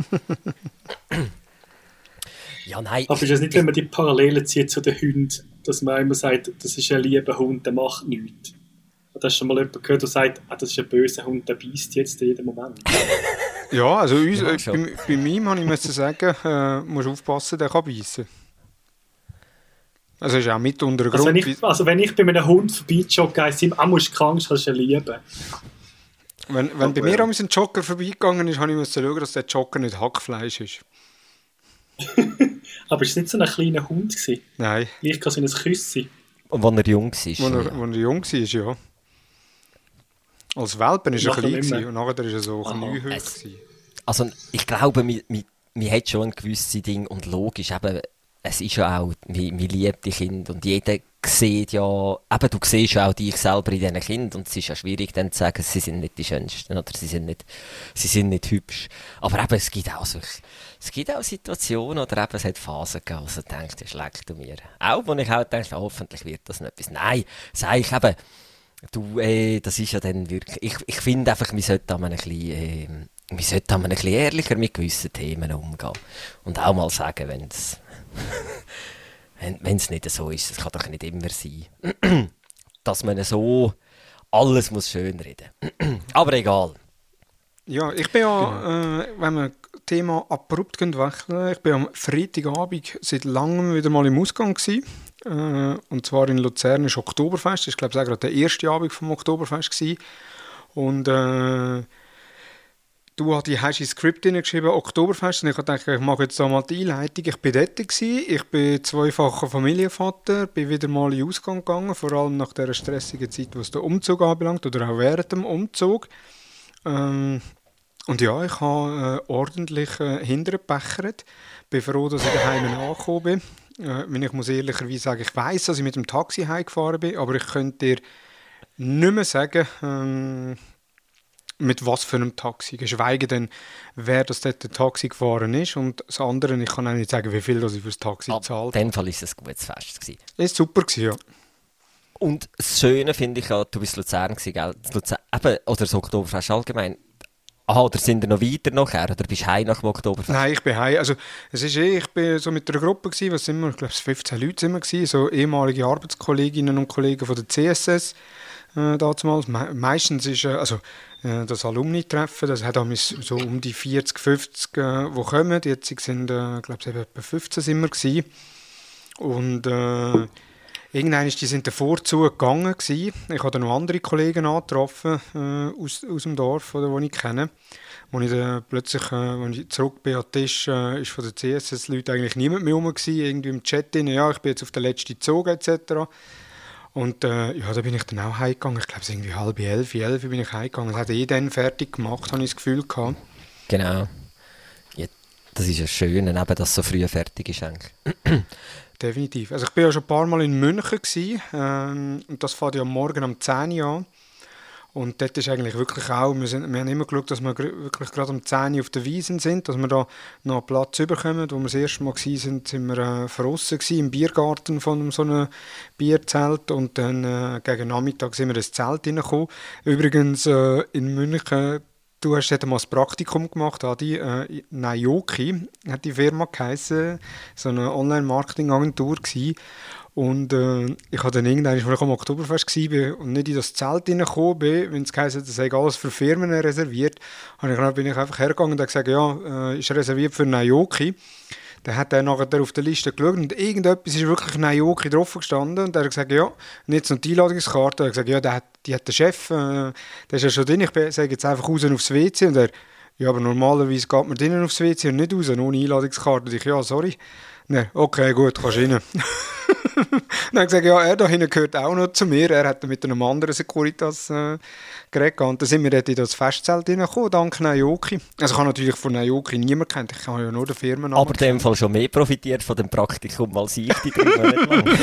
Ja, nein. Aber ist es nicht, wenn man die Parallelen zieht zu den Hunden, dass man immer sagt, das ist ein lieber Hund, der macht nichts? Hast du schon mal jemanden gehört, der sagt, das ist ein böser Hund, der beißt jetzt in jedem Moment? Ja, also bei mir habe ich müssen sagen, musst aufpassen, der kann beißen. Also ist auch mit unter Grund. Wenn ich bei einem Hund vorbeijogge, heisst es ihm, musst du krank, kannst du ihn lieben. Wenn bei mir ein Jogger vorbeigegangen ist, habe ich müssen schauen, dass der Jogger nicht Hackfleisch ist. Aber ist es nicht so ein kleiner Hund gewesen? Nein. Vielleicht kann es ein Küssi. Und wenn er jung war. Als er jung war, ja. Als Welpen war er klein und nachher war er so Kniehöhe. Also ich glaube, man hat schon ein gewisses Ding und logisch, eben, es ist ja auch, man liebt die Kinder und jeder sieht ja, eben du siehst ja auch dich selber in diesen Kindern und es ist ja schwierig dann zu sagen, sie sind nicht die Schönsten oder sie sind nicht hübsch. Aber eben, es gibt auch Situationen oder eben es hat Phasen gegeben, wo du denkst, das schlägt du mir. Auch wo ich auch denke, hoffentlich wird das noch etwas. Nein, sage ich eben, das ist ja dann wirklich, ich finde einfach, wir sollten ein bisschen ehrlicher mit gewissen Themen umgehen. Und auch mal sagen, wenn es nicht so ist, das kann doch nicht immer sein, dass man so alles muss schönreden. Aber egal. Ja, ich bin ja, wenn wir Thema abrupt wechseln, ich bin am Freitagabend seit langem wieder mal im Ausgang gewesen. Und zwar in Luzern ist Oktoberfest. Ich glaube, es war gerade der erste Abend vom Oktoberfest gewesen. Und du hast ins Skript geschrieben, Oktoberfest. Und ich dachte, ich mache jetzt da mal die Einleitung. Ich bin dort gewesen. Ich bin zweifacher Familienvater, bin wieder mal in den Ausgang gegangen, vor allem nach der stressigen Zeit, was den Umzug anbelangt, oder auch während dem Umzug. Und ja, ich habe ordentlich hintergebechert. Bin froh, dass ich daheim angekommen bin. Ich muss ehrlicherweise sagen, ich weiss, dass ich mit dem Taxi heimgefahren bin, aber ich könnte dir nicht mehr sagen, mit was für einem Taxi. Geschweige denn, wer das dort der Taxi gefahren ist. Und das andere, ich kann auch nicht sagen, wie viel das ich für das Taxi gezahlt habe. In dem Fall war es ein gutes Fest gewesen. Es war super, ja. Und das Schöne finde ich auch, du bist in Luzern gewesen, gell? Luzern, eben, oder das Oktoberfest allgemein. Oder sind ihr noch weiter nachher? Oder bist du heim nach dem Oktoberfest? Nein, ich bin heim. Also, ich bin so mit einer Gruppe gewesen, was sind wir, ich glaube 15 Leute sind wir gewesen, so ehemalige Arbeitskolleginnen und Kollegen von der CSS. Damals. Meistens ist das Alumni-Treffen, das hat so um die 40, 50, die kommen. Jetzt sind, glaube ich, etwa 15 sind wir gewesen. Und irgendwann sind davor zugegangen gewesen. Ich habe noch andere Kollegen angetroffen aus dem Dorf, oder, die ich kenne. Als ich dann plötzlich, als ich zurück bin an den Tisch, ist von den CSS-Leuten eigentlich niemand mehr rum gewesen. Irgendwie im Chat drin, ja, ich bin jetzt auf den letzten Zug etc. Und da bin ich dann auch heimgegangen. Ich glaube, es irgendwie 10:30, 11 bin ich heimgegangen. Das hat dann fertig gemacht, habe ich das Gefühl gehabt. Genau. Ja, das ist ja schön, eben, dass es so früh fertig ist eigentlich. Definitiv. Also ich war ja schon ein paar Mal in München gewesen, und das fängt ja morgen um 10 Uhr an. Und dort ist eigentlich wirklich auch, wir haben immer geschaut, dass wir wirklich gerade um 10 Uhr auf der Wiesn sind, dass wir da noch einen Platz bekommen. Wo wir das erste Mal waren, sind wir draussen im Biergarten von so einem Bierzelt, und dann gegen Nachmittag sind wir ins Zelt hineingekommen. Übrigens in München, du hast dort mal das Praktikum gemacht, Adi, Naoki hat die Firma geheissen, so eine Online-Marketing-Agentur gewesen. Und ich habe dann irgendwann, als ich am Oktoberfest war und nicht in das Zelt reingekommen bin, wenn es geheißen hat, das sei alles für Firmen reserviert, bin ich einfach hergegangen und habe gesagt, ja, ist reserviert für Naoki. Dann hat er nachher auf der Liste geschaut und irgendetwas ist wirklich Naoki drauf gestanden. Und er hat gesagt, ja, und jetzt noch die Einladungskarte. Er hat gesagt, ja, die hat der Chef, der ist ja schon drin, ich sage jetzt einfach raus aufs WC. Und er, ja, aber normalerweise geht man drinnen aufs WC und nicht raus, ohne Einladungskarte. Und ich, ja, sorry. Nein, okay, gut, kannst rein. Dann habe ich gesagt, ja, er da hinten gehört auch noch zu mir. Er hat mit einem anderen Securitas geredet. Und dann sind wir dort in das Festzelt hineingekommen, dank Naoki. Also ich habe natürlich von Naoki niemanden kennt, ich habe ja nur den Firmennamen. Aber in dem Fall schon mehr profitiert von dem Praktikum als ich die 3 Monate lang.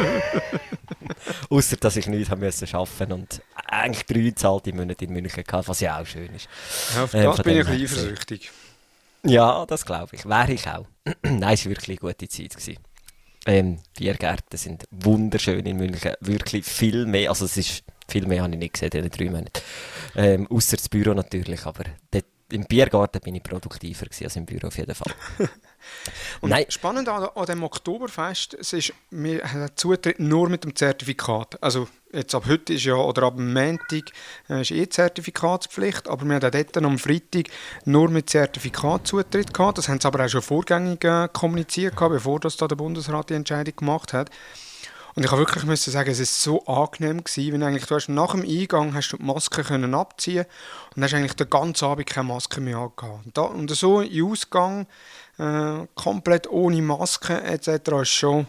Ausser, dass ich nichts arbeiten musste und eigentlich 3 zahlte Monate in München hatte, was ja auch schön ist. Ja, auf das bin ich ein bisschen eifersüchtig. Ja, das glaube ich. Wäre ich auch. Nein, es war wirklich eine gute Zeit gewesen. Biergärten sind wunderschön in München. Wirklich viel mehr. Also es ist viel mehr habe ich nicht gesehen in den 3 Monaten. Ausser das Büro natürlich. Aber dort, im Biergarten bin ich produktiver gewesen als im Büro auf jeden Fall. Und nein. Spannend an dem Oktoberfest, wir haben Zutritt nur mit dem Zertifikat. Also jetzt ab heute ist ja, oder ab Montag ist Zertifikatspflicht, aber wir haben dort am Freitag nur mit Zertifikat Zutritt gehabt. Das haben sie aber auch schon vorgängig kommuniziert gehabt, bevor das da der Bundesrat die Entscheidung gemacht hat. Und ich habe wirklich sagen, es war so angenehm gewesen, wenn eigentlich, du hast nach dem Eingang hast du die Maske können abziehen und hast eigentlich den ganzen Abend keine Maske mehr angehabt. Und so im Ausgang, komplett ohne Maske etc. ist schon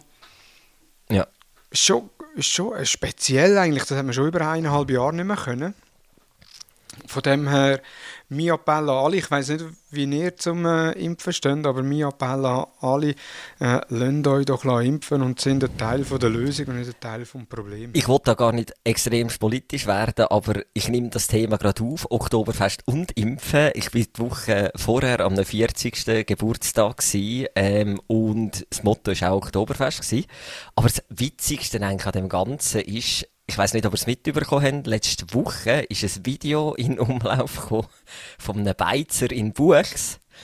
speziell eigentlich. Das hat man schon über 1,5 Jahre nicht mehr können. Von dem her, mein Appell an alle, ich weiss nicht, wie ihr zum Impfen steht, aber mein Appell an alle, lasst euch doch impfen und sind ein Teil von der Lösung und nicht ein Teil des Problems. Ich will da gar nicht extrem politisch werden, aber ich nehme das Thema gerade auf, Oktoberfest und Impfen. Ich war die Woche vorher am 40. Geburtstag und das Motto war auch Oktoberfest gewesen. Aber das Witzigste eigentlich an dem Ganzen ist, ich weiss nicht, ob ihr es mitbekommen habt, letzte Woche ist ein Video in Umlauf gekommen von einem Beizer in Buchs.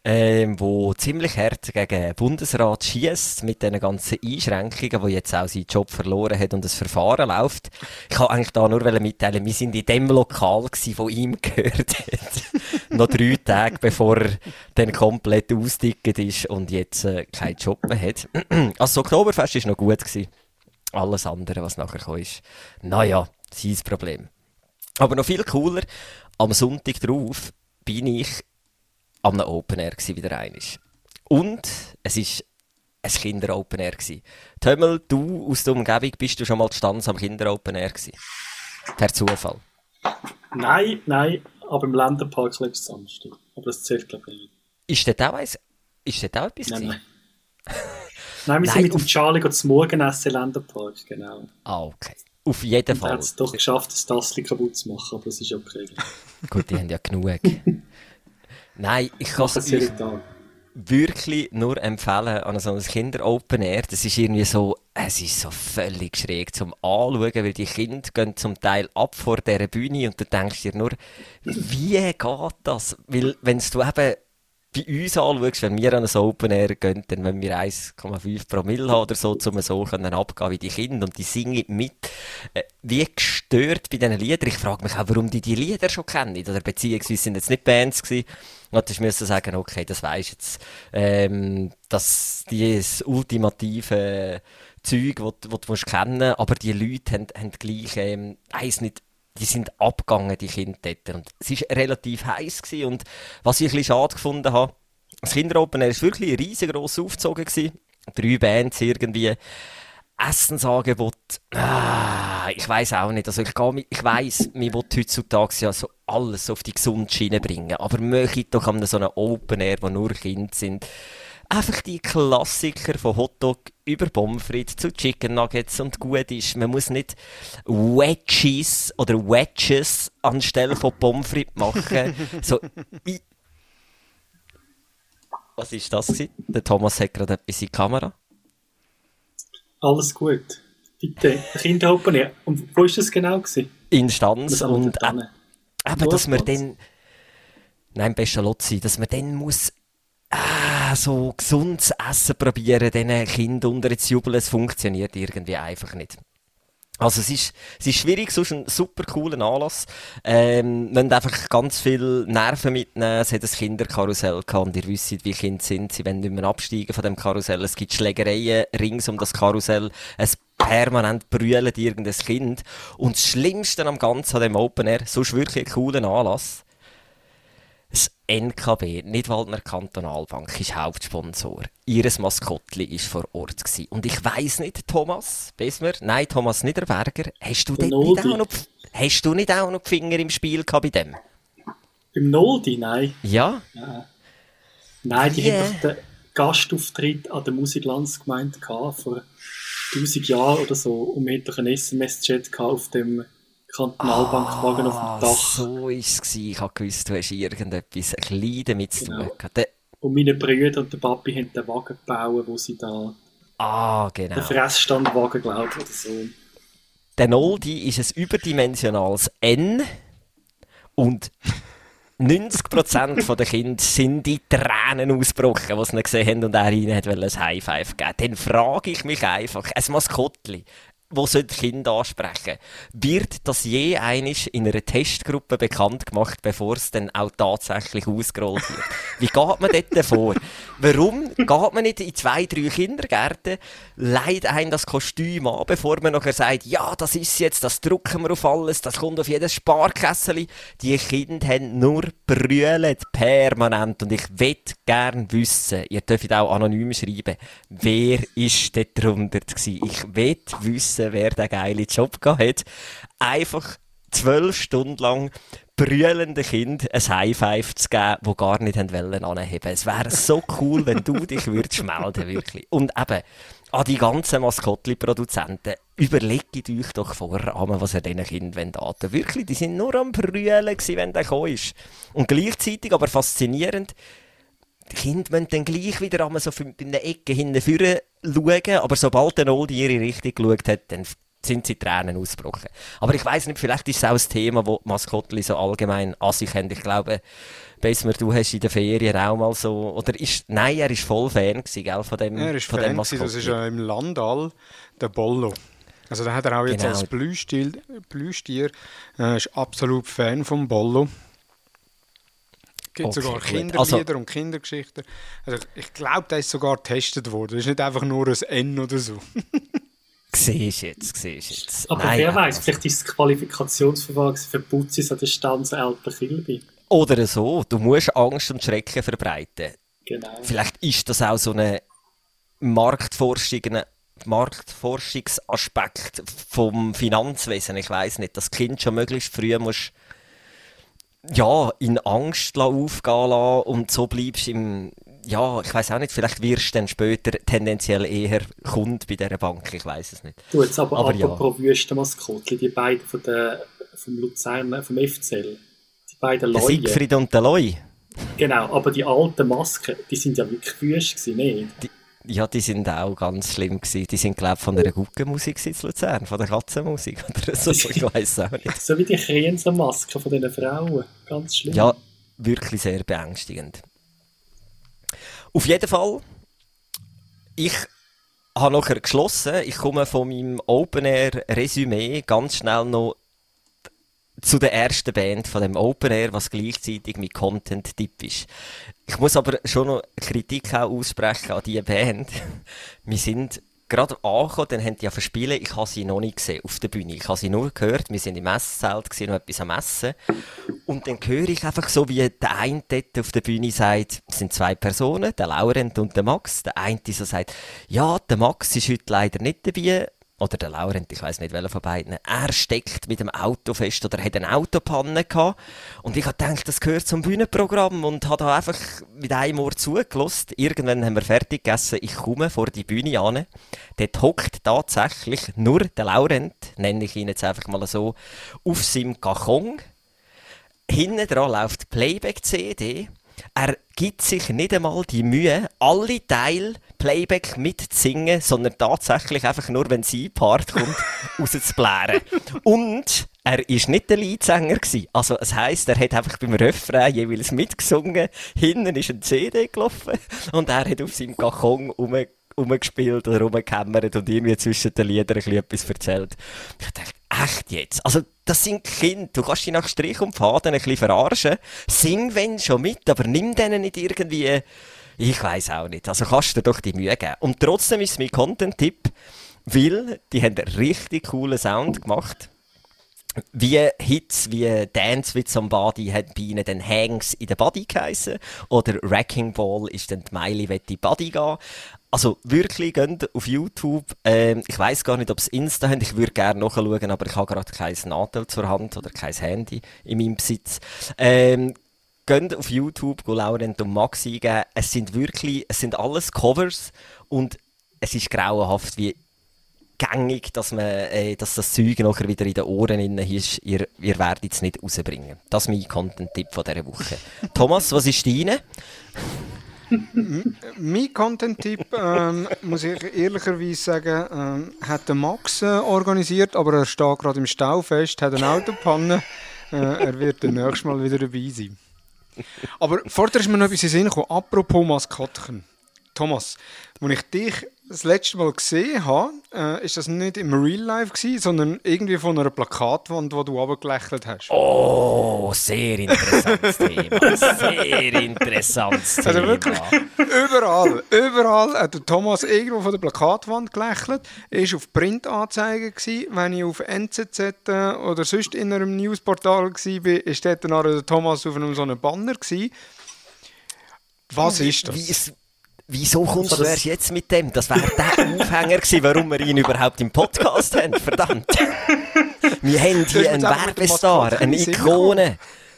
wo ziemlich hart gegen den Bundesrat schiesst mit diesen ganzen Einschränkungen, wo jetzt auch seinen Job verloren hat und das Verfahren läuft. Ich kann eigentlich da nur mitteilen, wir sind in dem Lokal gewesen, wo ihm gehört hat. Noch 3 Tage, bevor er dann komplett ausgedickt ist und jetzt keinen Job mehr hat. Also das Oktoberfest war noch gut gewesen. Alles andere, was nachher kam, ist, naja, sein Problem. Aber noch viel cooler, am Sonntag drauf bin ich am Open Air gsi, wieder einig. Und es war ein Kinder-Open Air gsi. Tömmel, du aus der Umgebung, bist du schon mal gestanden am Kinder-Open Air gsi? Per Zufall. Nein, aber im Länderpark letzten Samstag. Aber das zählt, glaube ich, nicht. Ist dort auch etwas gewesen? Nein. Nein, wir sind mit dem Charlie zum Morgenessen im Länderpark, genau. Ah, okay. Auf jeden Fall. Er hat es doch geschafft, das Tassel kaputt zu machen, aber es ist okay. Gut, die haben ja genug. Nein, ich kann es euch wirklich nur empfehlen an so ein Kinder-Open Air. Das ist irgendwie so, es ist so völlig schräg zum Anschauen, weil die Kinder gehen zum Teil ab vor dieser Bühne und du denkst dir nur, wie geht das? Weil, wenn du eben bei uns anschaust, wenn wir an ein Open Air gehen, dann wenn wir 1,5 Promille haben oder so, um so können abgehen wie die Kinder und die singen mit, wie gestört bei diesen Liedern. Ich frage mich auch, warum die Lieder schon kennen, oder beziehungsweise sind jetzt nicht Bands gewesen. Und ich müsste sagen, okay, das weisst jetzt, dass das ultimative Zeug, das du musst kennen, aber die Leute haben gleich, nicht, die sind abgegangen, die Kinder dort. Und es war relativ heiß gewesen. Und was ich ein bisschen schade gefunden habe, das Kinder-Open Air war wirklich riesengross aufgezogen gewesen. 3 Bands irgendwie. Essensangebot, ich weiss auch nicht. Also ich weiss, man will heutzutage ja so alles auf die gesunde Schiene bringen. Aber möchte doch an so einem Open Air, wo nur Kinder sind, einfach die Klassiker von Hotdog über Pommes frites zu Chicken Nuggets und gut ist. Man muss nicht Wedges oder Wedges anstelle von Pommes frites machen. So, was ist das gewesen? Der Thomas hat gerade etwas in die Kamera. Alles gut. Bitte, Kinder-Open Air. Und wo war das genau gewesen? In Stanz. Und eben, dass man dann, nein, Pestalozzi, dass man dann muss so gesundes Essen probieren, diesen Kindern unter zu jubeln, es funktioniert irgendwie einfach nicht. Also es ist schwierig, sonst ein super cooler Anlass. Man muss einfach ganz viel Nerven mitnehmen. Es hat ein Kinderkarussell gehabt und ihr wisst, wie Kinder sind. Sie wollen nicht mehr absteigen von dem Karussell. Es gibt Schlägereien rings um das Karussell. Es permanent brüllt irgendein Kind. Und das Schlimmste am Ganzen an dem Open Air, sonst wirklich ein cooler Anlass, das NKB, Nidwaldner Kantonalbank, ist Hauptsponsor. Ihres Maskottli war vor Ort gewesen. Und ich weiss nicht, Thomas Besmer, nein, Thomas Niederberger, hast du nicht auch noch die Finger im Spiel gehabt bei dem? Im Noldi, nein. Ja? Nein, die haben doch den Gastauftritt an der Musiklandsgemeinde gehabt, vor 1000 Jahren oder so. Und wir hatten doch einen SMS-Chat auf dem Kantonalbankwagen auf dem Dach. So war es. Ich habe gewusst, du hast irgendetwas ein bisschen damit zu tun gehabt. Und meine Brüder und der Papi haben den Wagen gebaut, wo sie da... genau. Den Fressstandwagen, glaube ich, oder so. Der Noldi ist ein überdimensionales N und 90% der Kinder sind in Tränen ausgebrochen, als sie ihn gesehen haben und er ihnen ein High-Five geben. Dann frage ich mich einfach, ein Maskottli, wo die Kinder ansprechen, wird das je einisch in einer Testgruppe bekannt gemacht, bevor es dann auch tatsächlich ausgerollt wird? Wie geht man dort vor? Warum geht man nicht in 2, 3 Kindergärten, leiht einem das Kostüm an, bevor man nachher sagt, ja, das ist jetzt, das drucken wir auf alles, das kommt auf jedes Sparkessel. Die Kinder haben nur brüllt, permanent. Und ich möchte gerne wissen, ihr dürft auch anonym schreiben, wer ist dort drunter gewesen? Ich möchte wissen, wer den geilen Job gehabt hat. Einfach 12 Stunden lang brüllenden Kind ein High-Five zu geben, die gar nicht anheben wollten. Es wäre so cool, wenn du dich würdest melden, wirklich. Und eben, an die ganzen Maskottli-Produzenten, überlegt euch doch vorher an, was ihr diesen Kindern anbieten. Wirklich, die sind nur am Brüllen gewesen, wenn der gekommen ist. Und gleichzeitig, aber faszinierend, die Kinder müssen dann gleich wieder einmal so bei einer Ecke hinten vorne schauen, aber sobald der Oldie ihre Richtung geschaut hat, dann sind sie Tränen ausgebrochen. Aber ich weiss nicht, vielleicht ist es auch ein Thema, das Maskottli so allgemein an sich haben. Ich glaube, Besmer, du hast in der Ferien auch mal so, nein, er ist voll Fan gewesen, gell, von dem Er ist von Fan dem gewesen, Maskottli. das ist ja im Landall der Bollo. Also da hat er auch jetzt Genau. als Plüschtier, ist absolut Fan vom Bollo. Es gibt Okay, sogar gut. Kinderlieder und Kindergeschichten. Also ich glaube, der ist sogar getestet worden. Das ist nicht einfach nur ein N oder so. Siehst jetzt. Aber Nein, wer weiß, vielleicht ist das Qualifikationsverfahren für Putzis an der Stanze Alpen-Kilby. Oder so, du musst Angst und Schrecken verbreiten. Genau. Vielleicht ist das auch so ein Marktforschungsaspekt vom Finanzwesen. Ich weiss nicht, das Kind schon möglichst früh musst in Angst aufgehen lassen und so bleibst im, ich weiss auch nicht, vielleicht wirst du dann später tendenziell eher Kunde bei dieser Bank, ich weiss es nicht. Du, jetzt aber ja. apropos Wüstenmaskottli, die beiden vom Luzern, vom FCL, die beiden Der Leute. Siegfried und der Loi, Genau, aber die alten Masken, die sind ja wirklich wüst gewesen, nicht? die sind auch ganz schlimm gewesen. Die sind, glaube ich, von der Guggenmusik in Luzern, von der Katzenmusik oder so, ich weiss auch nicht. So wie die Krienser-Masken von diesen Frauen, ganz schlimm. Ja, wirklich sehr beängstigend. Auf jeden Fall, ich habe nachher geschlossen, ich komme von meinem Open-Air-Resümee ganz schnell noch zu der ersten Band von dem Open Air, was gleichzeitig mit Content-Tipp ist. Ich muss aber schon noch Kritik auch aussprechen an diese Band. Wir sind gerade angekommen, dann haben die ja verspielen, ich habe sie noch nicht gesehen auf der Bühne. Ich habe sie nur gehört, wir sind im Messzelt gewesen, noch etwas am Essen. Und dann höre ich einfach so, wie der eine dort auf der Bühne sagt, es sind zwei Personen, der Laurent und der Max. Der eine so sagt, ja, der Max ist heute leider nicht dabei. Oder der Laurent, ich weiss nicht, welcher von beiden. Er steckt mit dem Auto fest oder hat eine Autopanne gehabt. Und ich habe gedacht, das gehört zum Bühnenprogramm und habe da einfach mit einem Ohr zugelassen. Irgendwann haben wir fertig gegessen. Ich komme vor die Bühne an. Dort hockt tatsächlich nur der Laurent, nenne ich ihn jetzt einfach mal so, auf seinem Cajon. Hinten dran läuft Playback-CD. Er gibt sich nicht einmal die Mühe, alle Teile Playback mitzusingen, sondern tatsächlich einfach nur, wenn sein Part kommt, rauszublären. Und er war nicht der Leadsänger gewesen. Also, es heisst, er hat einfach beim Refrain jeweils mitgesungen, hinten ist ein CD gelaufen und er hat auf seinem Cajon rumgespielt oder rumgehämmert und irgendwie zwischen den Liedern etwas erzählt. Ich dachte, echt jetzt? Also, das sind Kinder. Du kannst dich nach Strich und Faden ein bisschen verarschen. Sing wenn schon mit, aber nimm denen nicht irgendwie... Ich weiss auch nicht. Also kannst du dir doch die Mühe geben. Und trotzdem ist es mein Content-Tipp, weil die haben einen richtig coolen Sound gemacht. Wie Hits wie Dance with Somebody hat bei ihnen dann Hangs in der Body geheissen. Oder Wrecking Ball ist dann die Miley wette Body gehen. Also wirklich, geht auf YouTube. Ich weiss gar nicht, ob es Insta haben. Ich würde gerne nachschauen, aber ich habe gerade kein Nadel zur Hand oder kein Handy in meinem Besitz. Geht auf YouTube, go Laurent und Max eingeben. Es sind alles Covers und es ist grauenhaft, wie gängig, dass das Zeug nachher wieder in den Ohren ist. Ihr werdet es nicht rausbringen. Das ist mein Content-Tipp von dieser Woche. Thomas, was ist deine? Mein Content-Tipp, muss ich ehrlicherweise sagen, hat der Max organisiert, aber er steht gerade im Stau fest, hat eine Autopanne. Er wird das nächste Mal wieder dabei sein. Aber vorher ist mir noch etwas in den Sinn gekommen. Apropos Maskottchen. Thomas, als ich dich das letzte Mal gesehen habe, ist das nicht im Real Life gewesen, sondern irgendwie von einer Plakatwand, die du runtergelächelt hast. Oh, sehr interessantes Thema. Sehr interessantes Thema. Also wirklich, überall hat der Thomas irgendwo von der Plakatwand gelächelt. Er war auf Printanzeigen gewesen. Wenn ich auf NZZ oder sonst in einem Newsportal war, war dort dann der Thomas auf einem so einem Banner gewesen. Was ist das? Wieso kommst du erst jetzt mit dem? Das wäre der Aufhänger gewesen, warum wir ihn überhaupt im Podcast haben. Verdammt. Wir haben hier einen Werbestar, eine Ikone.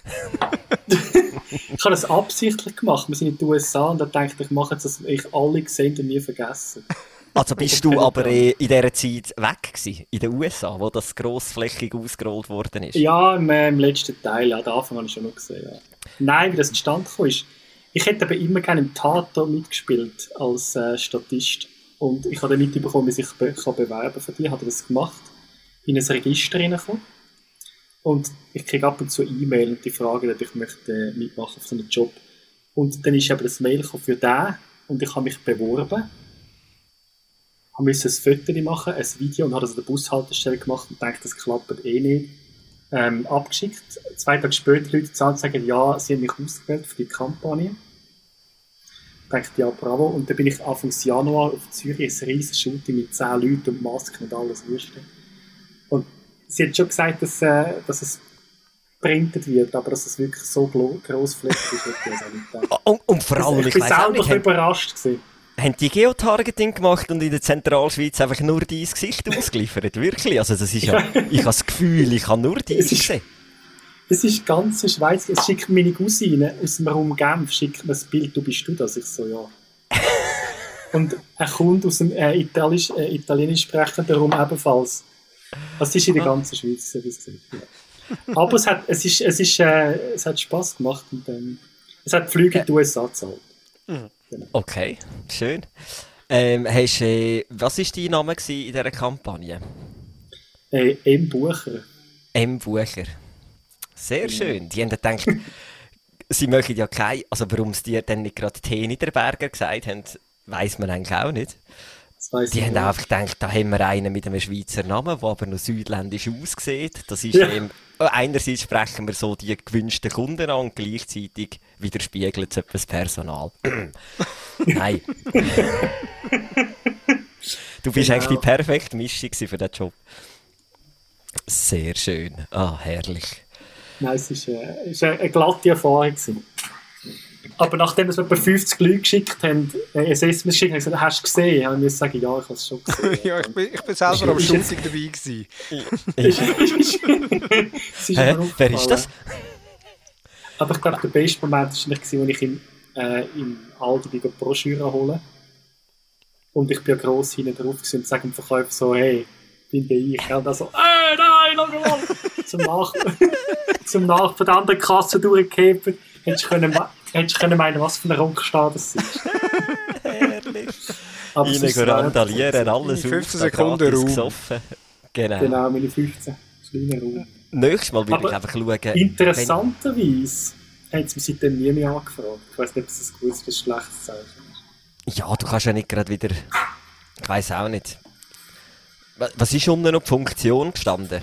Ich habe das absichtlich gemacht. Wir sind in den USA und da dachte ich, mache jetzt, dass ich alle gesehen und nie vergessen. Also bist du aber in dieser Zeit weg gewesen, in den USA, wo das grossflächig ausgerollt worden ist? Ja, im letzten Teil. Ja, den Anfang habe ich schon noch gesehen. Ja. Nein, wie das zustande gekommen ist. Ich hätte aber immer gerne im Tato mitgespielt als Statist. Und ich habe dann mitbekommen, wie ich sich bewerben kann für die. Habe das gemacht. in ein Register reinkommen. Und ich kriege ab und zu E-Mail und die fragen, ob ich möchte mitmachen auf so einen Job. Und dann ist eben das Mail für den und ich habe mich beworben. Musste ein Foto machen, ein Video und habe das an der Bushaltestelle gemacht und dachte, das klappt eh nicht. Abgeschickt. 2 Tage später Leute zahlen und sagen, ja, sie haben mich ausgewählt für die Kampagne. Ich dachte, ja, bravo. Und dann bin ich Anfang Januar auf Zürich, ein riesiges Shooting mit 10 Leuten und Masken und alles Wüste. Und sie hat schon gesagt, dass es printet wird, aber dass es wirklich so grossflächig ist, hätte ich das auch nicht gedacht. Und vor allem, ich war selber überrascht gewesen. Haben die Geotargeting gemacht und in der Zentralschweiz einfach nur dein Gesicht ausgeliefert? Wirklich? Also das ist ja, ich habe das Gefühl, ich habe nur dein gesehen. Es ist ganz Schweiz. Es schickt meine Cousine aus dem Raum Genf, schickt mir das Bild, du bist du das? Ich so, ja. Und ein Kunde aus dem italienisch sprechenden Raum ebenfalls. Also es ist in der ganzen Schweiz. Ja. Aber es hat Spass gemacht und es hat Flüge in die USA gezahlt. Genau. Okay, schön. Was war dein Name in dieser Kampagne? M. Bucher. M. Bucher. Sehr schön. Die haben gedacht, sie möchten ja kein... Also warum sie dir dann nicht gerade T. Niederberger gesagt haben, weiss man eigentlich auch nicht. Die haben einfach gedacht, da haben wir einen mit einem Schweizer Namen, der aber noch südländisch aussieht. Das ist einerseits sprechen wir so die gewünschten Kunden an und gleichzeitig widerspiegelt es etwas Personal. Nein. Du bist eigentlich die perfekte Mischung für diesen Job. Sehr schön. Ah, herrlich. Nein, es war eine glatte Erfahrung gewesen. Aber nachdem es etwa 50 Leute geschickt haben, ein SMS geschickt haben, gesagt, hast du gesehen? Und ich musste sagen, ja, ich habe es schon gesehen. Ja, ich bin selber am Shooting dabei gewesen. Wer ist das? Aber ich glaube, der beste Moment war nicht, als ich im Aldi die Broschüre holen. Und ich bin ja gross hinten drauf und sage dem Verkäufer so, hey, bin ich. Und dann so, nein, noch mal. Zum Nach von der anderen Kasse durchgehebt. Hättest du können meinen, was für ein Rockstar das ist. Herrlich. Ihnen randalieren, alles 15 Sekunden Raum. Gesoffen. Genau, meine 15. Kleine Raum. Nächstes Mal würde ich einfach schauen. Interessanterweise haben sie mich seitdem nie mehr angefragt. Ich weiss nicht, ob es ein gutes oder ein schlechtes Zeichen ist. Ja, du kannst ja nicht gerade wieder... Ich weiss auch nicht. Was ist unten noch die Funktion gestanden?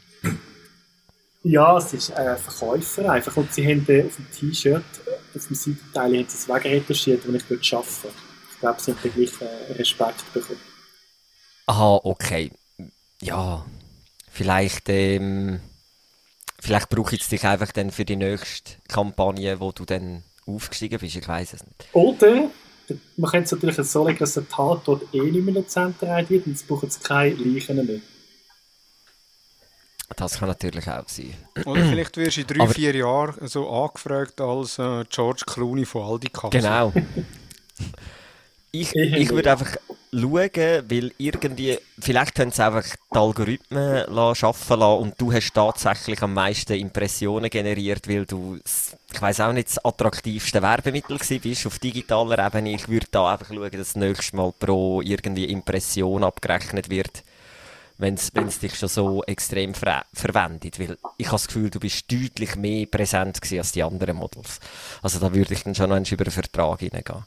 Ja, es ist Verkäufer einfach. Und sie haben auf dem T-Shirt, auf dem Seitenteil, haben sie es wegretuschiert, wo ich dort arbeite. Ich glaube, sie haben den gleichen Respekt bekommen. Aha, okay. Ja, vielleicht brauche ich dich einfach dann für die nächste Kampagne, wo du dann aufgestiegen bist. Ich weiss es nicht. Oder, man könnte es natürlich so legen, dass der Tatort eh nicht mehr Luzenter eingeht und jetzt brauchen sie keine Leichen mehr. Das kann natürlich auch sein. Oder vielleicht wirst du in 3-4 Jahren so angefragt als George Clooney von Aldi Kassel. Genau. Ich würde einfach schauen, weil irgendwie, vielleicht können sie einfach die Algorithmen arbeiten lassen und du hast tatsächlich am meisten Impressionen generiert, weil du, ich weiss auch nicht, das attraktivste Werbemittel bist auf digitaler Ebene. Ich würde da einfach schauen, dass das nächste Mal pro irgendwie Impression abgerechnet wird, wenn es dich schon so extrem verwendet. Weil ich habe das Gefühl, du bist deutlich mehr präsent gewesen als die anderen Models. Also da würde ich dann schon noch über einen Vertrag hineingehen.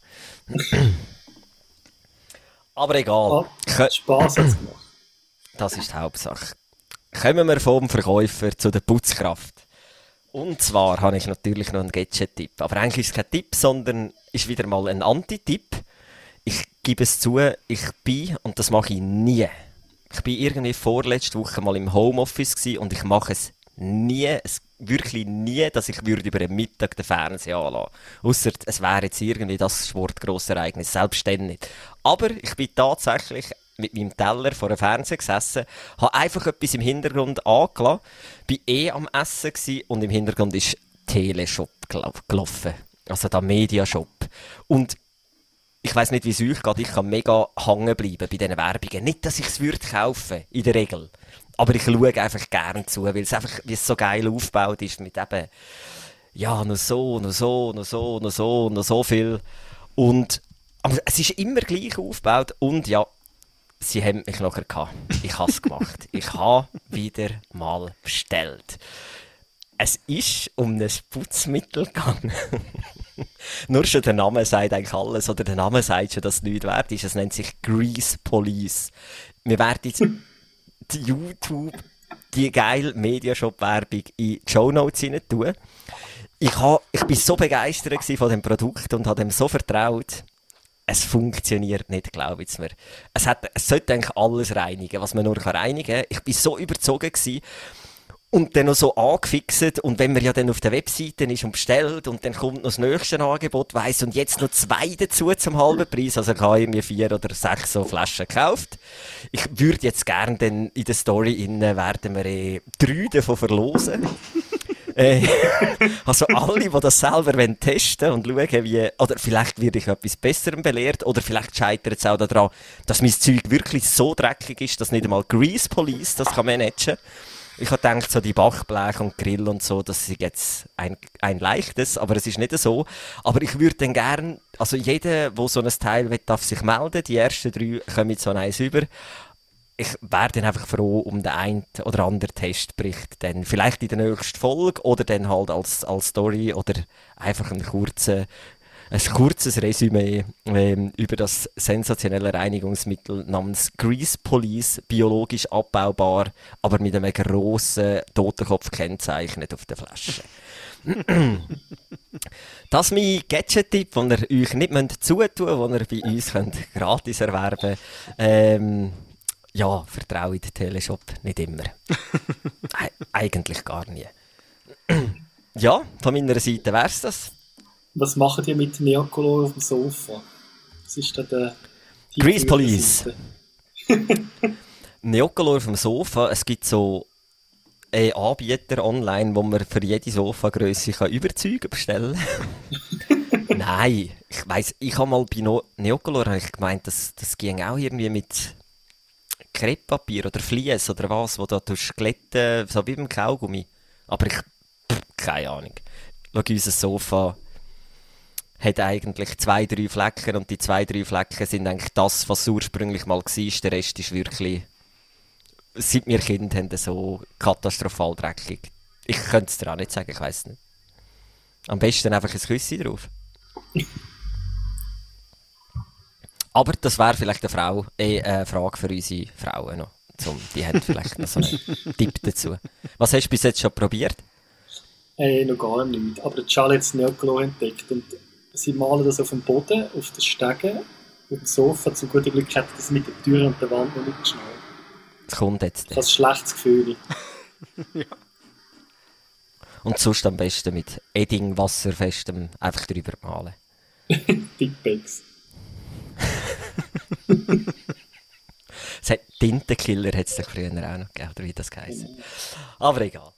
Aber egal. Spass hat es gemacht. Das ist die Hauptsache. Kommen wir vom Verkäufer zu der Putzkraft. Und zwar habe ich natürlich noch einen Gadget-Tipp. Aber eigentlich ist es kein Tipp, sondern ist wieder mal ein Anti-Tipp. Ich gebe es zu, ich bin, und das mache ich nie, ich bin irgendwie vorletzte Woche mal im Homeoffice gewesen und ich mache es nie, wirklich nie, dass ich würde über den Mittag den Fernseher anlassen. Ausser es wäre jetzt irgendwie das Sportgrossereignis, selbstständig. Aber ich bin tatsächlich mit meinem Teller vor dem Fernseher gesessen, habe einfach etwas im Hintergrund angelassen, bin am Essen gewesen und im Hintergrund ist Teleshop gelaufen. Also der Mediashop. Und ich weiss nicht, wie es euch geht, ich kann mega hängen bleiben bei diesen Werbungen. Nicht, dass ich es kaufen würde, in der Regel. Aber ich schaue einfach gerne zu, weil es einfach, wie es so geil aufgebaut ist, mit eben, ja, noch so viel. Und, aber es ist immer gleich aufgebaut und ja, sie haben mich nachher gehabt. Ich habe es gemacht. Ich habe wieder mal bestellt. Es ist um ein Putzmittel gegangen. Nur schon der Name sagt eigentlich alles, oder der Name sagt schon, dass es nichts wert ist. Es nennt sich Grease Police. Wir werden jetzt die YouTube, die geile Mediashop-Werbung in die Shownotes rein tun. Ich war so begeistert von dem Produkt und habe dem so vertraut. Es funktioniert nicht, glaube ich mir. Es sollte eigentlich alles reinigen, was man nur reinigen kann. Ich war so überzogen gewesen. Und dann noch so angefixt. Und wenn man ja dann auf der Webseite ist und bestellt und dann kommt noch das nächste Angebot, weiss, und jetzt noch 2 dazu zum halben Preis. Also ich habe mir 4 oder 6 so Flaschen gekauft. Ich würde jetzt gerne dann in der Story werden wir 3 davon verlosen. Also alle, die das selber testen und schauen, wie, oder vielleicht werde ich etwas Besserem belehrt, oder vielleicht scheitert es auch daran, dass mein Zeug wirklich so dreckig ist, dass nicht einmal Grease Police das kann managen. Ich habe gedacht, so die Backblech und Grill und so, das ist jetzt ein leichtes, aber es ist nicht so. Aber ich würde dann gerne, also jeder, der so ein Teil will, darf sich melden. Die ersten 3 kommen so eins über. Ich wäre dann einfach froh um den einen oder anderen Testbericht. Dann vielleicht in der nächsten Folge oder dann halt als Story oder einfach ein kurzes Resümee über das sensationelle Reinigungsmittel namens Grease Police, biologisch abbaubar, aber mit einem grossen Totenkopf kennzeichnet auf der Flasche. Das ist mein Gadget-Tipp, den ihr euch nicht zutun müsst, den ihr bei uns gratis erwerben könnt. Ja, vertraue ich den Teleshop nicht immer. Eigentlich gar nie. Ja, von meiner Seite wär's das. Was machen die mit Neocolor auf dem Sofa? Was ist da der Grease Police. Neocolor auf dem Sofa. Es gibt so Anbieter online, wo man für jede Sofagrösse Überzeugen bestellen kann. Nein, ich weiss, ich habe mal bei Neocolor gemeint, das ging auch irgendwie mit Krepppapier oder Vlies oder was, wo da glätten, so wie beim Kaugummi. Aber keine Ahnung. Schau, unser Sofa hat eigentlich 2-3 Flecken und die 2-3 Flecken sind eigentlich das, was ursprünglich mal war. Der Rest ist wirklich, seit wir Kind haben, so katastrophal dreckig. Ich könnte es dir auch nicht sagen, ich weiss nicht. Am besten einfach ein Küsschen drauf. Aber das wäre vielleicht eine Frage für unsere Frauen noch. Die haben vielleicht noch so einen Tipp dazu. Was hast du bis jetzt schon probiert? Noch gar nicht. Aber die Charlotte hat das Neocolor entdeckt und sie malen das auf dem Boden, auf den Stegen, auf dem Sofa. Zum guten Glück hat das mit der Tür und der Wand noch nicht geschnallt. Das kommt jetzt. Ich habe ein schlechtes Gefühl. Ja. Und sonst am besten mit Edding wasserfestem einfach drüber malen. Dickpics. Tintenkiller hat es doch früher auch noch gegeben, oder wie das geheißen. Aber egal.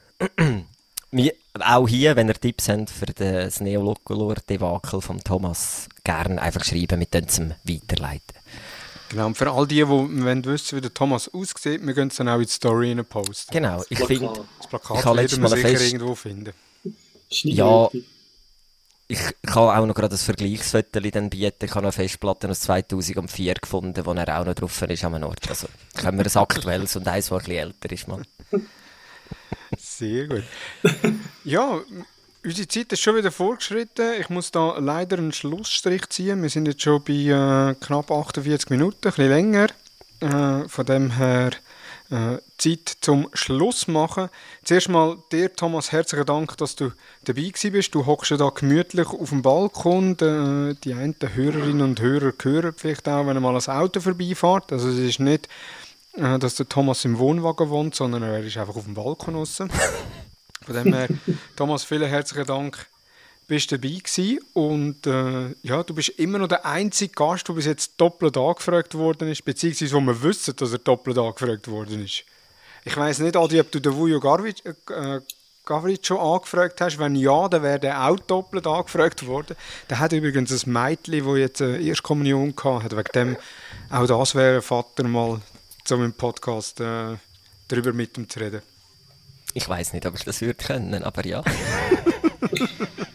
Auch hier, wenn ihr Tipps habt für das Neocolor-Debakel von Thomas, gerne einfach schreiben, wir können es ihm weiterleiten. Genau, und für all die wissen, wie der Thomas aussieht, wir können es dann auch in die Story posten. Genau, ich finde, das Plakat werden wir sicher irgendwo finden. Ja, ich kann auch noch gerade ein Vergleichsfoto dann bieten. Ich habe noch Festplatten aus 2004 gefunden, wo er auch noch drauf ist an einem Ort. Also können wir ein aktuelles und eins, das ein bisschen älter ist. Mal. Sehr gut. Ja, unsere Zeit ist schon wieder vorgeschritten. Ich muss da leider einen Schlussstrich ziehen. Wir sind jetzt schon bei knapp 48 Minuten, ein bisschen länger. Von dem her Zeit zum Schluss machen. Zuerst mal dir, Thomas, herzlichen Dank, dass du dabei bist. Du hockst ja da gemütlich auf dem Balkon. Die einen Hörerinnen und Hörer hören vielleicht auch, wenn mal ein Auto vorbeifährt. Also es ist nicht, dass der Thomas im Wohnwagen wohnt, sondern er ist einfach auf dem Balkon draussen. Von dem her, Thomas, vielen herzlichen Dank, bist dabei gewesen. Und ja, du bist immer noch der einzige Gast, der bis jetzt doppelt angefragt worden ist, beziehungsweise wo wir wissen, dass er doppelt angefragt worden ist. Ich weiss nicht, Adi, ob du den Vujo Gavric schon angefragt hast. Wenn ja, dann wäre der auch doppelt angefragt worden. Der hat übrigens ein Mädchen, das jetzt Erstkommunion hatte. Wegen dem, auch das wäre ein Vater mal zum im Podcast darüber mit ihm zu reden. Ich weiss nicht, ob ich das würde können, aber ja.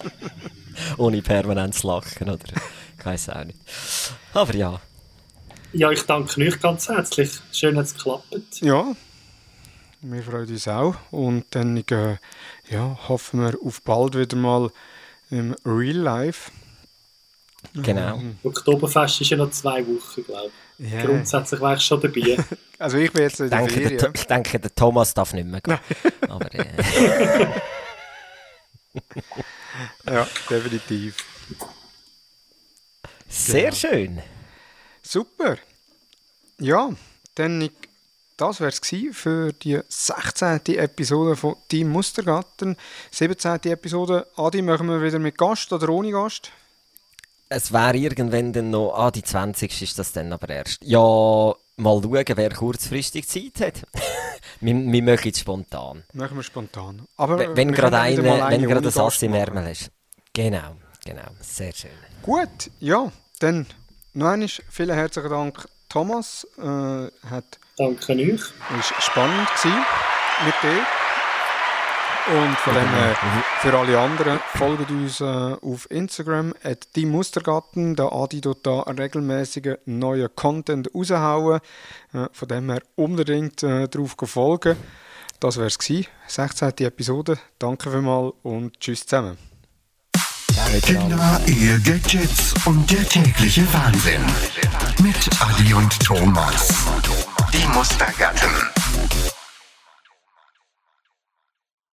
Ohne permanentes Lachen, oder? Ich weiss auch nicht. Aber ja. Ja, ich danke euch ganz herzlich. Schön, hat es geklappt. Ja, wir freuen uns auch. Und dann hoffen wir auf bald wieder mal im Real Life. Genau. Oktoberfest ist ja noch 2 Wochen, glaube ich. Yeah. Grundsätzlich wäre ich schon dabei. Also ich bin jetzt in der Ferien. Ich denke, der Thomas darf nicht mehr gehen. Aber, Ja, definitiv. sehr schön. Super. Ja, dann das wäre es für die 16. Episode von Team Mustergatten. 17. Episode. Adi, machen wir wieder mit Gast oder ohne Gast? Es wäre irgendwann dann noch, die 20. ist das dann aber erst. Ja, mal schauen, wer kurzfristig Zeit hat. wir machen es spontan. Machen wir spontan. Aber Wenn wir gerade können wieder mal wenn gerade ohne ein Ass Gast im machen. Ärmel ist. Genau, sehr schön. Gut, ja, dann noch einmal vielen herzlichen Dank, Thomas. Danke euch. Ist spannend gewesen mit dir. Und von dem für alle anderen, folgt uns auf Instagram @teammustergatten. Der Adi tut da regelmäßigen neuen Content raushauen. Von dem her unbedingt drauf folgen. Das wäre es gewesen. 16. Episode. Danke vielmals und tschüss zusammen. Kinder, Ehe, Gadgets und der tägliche Wahnsinn. Mit Adi und Thomas. Die Mustergatten.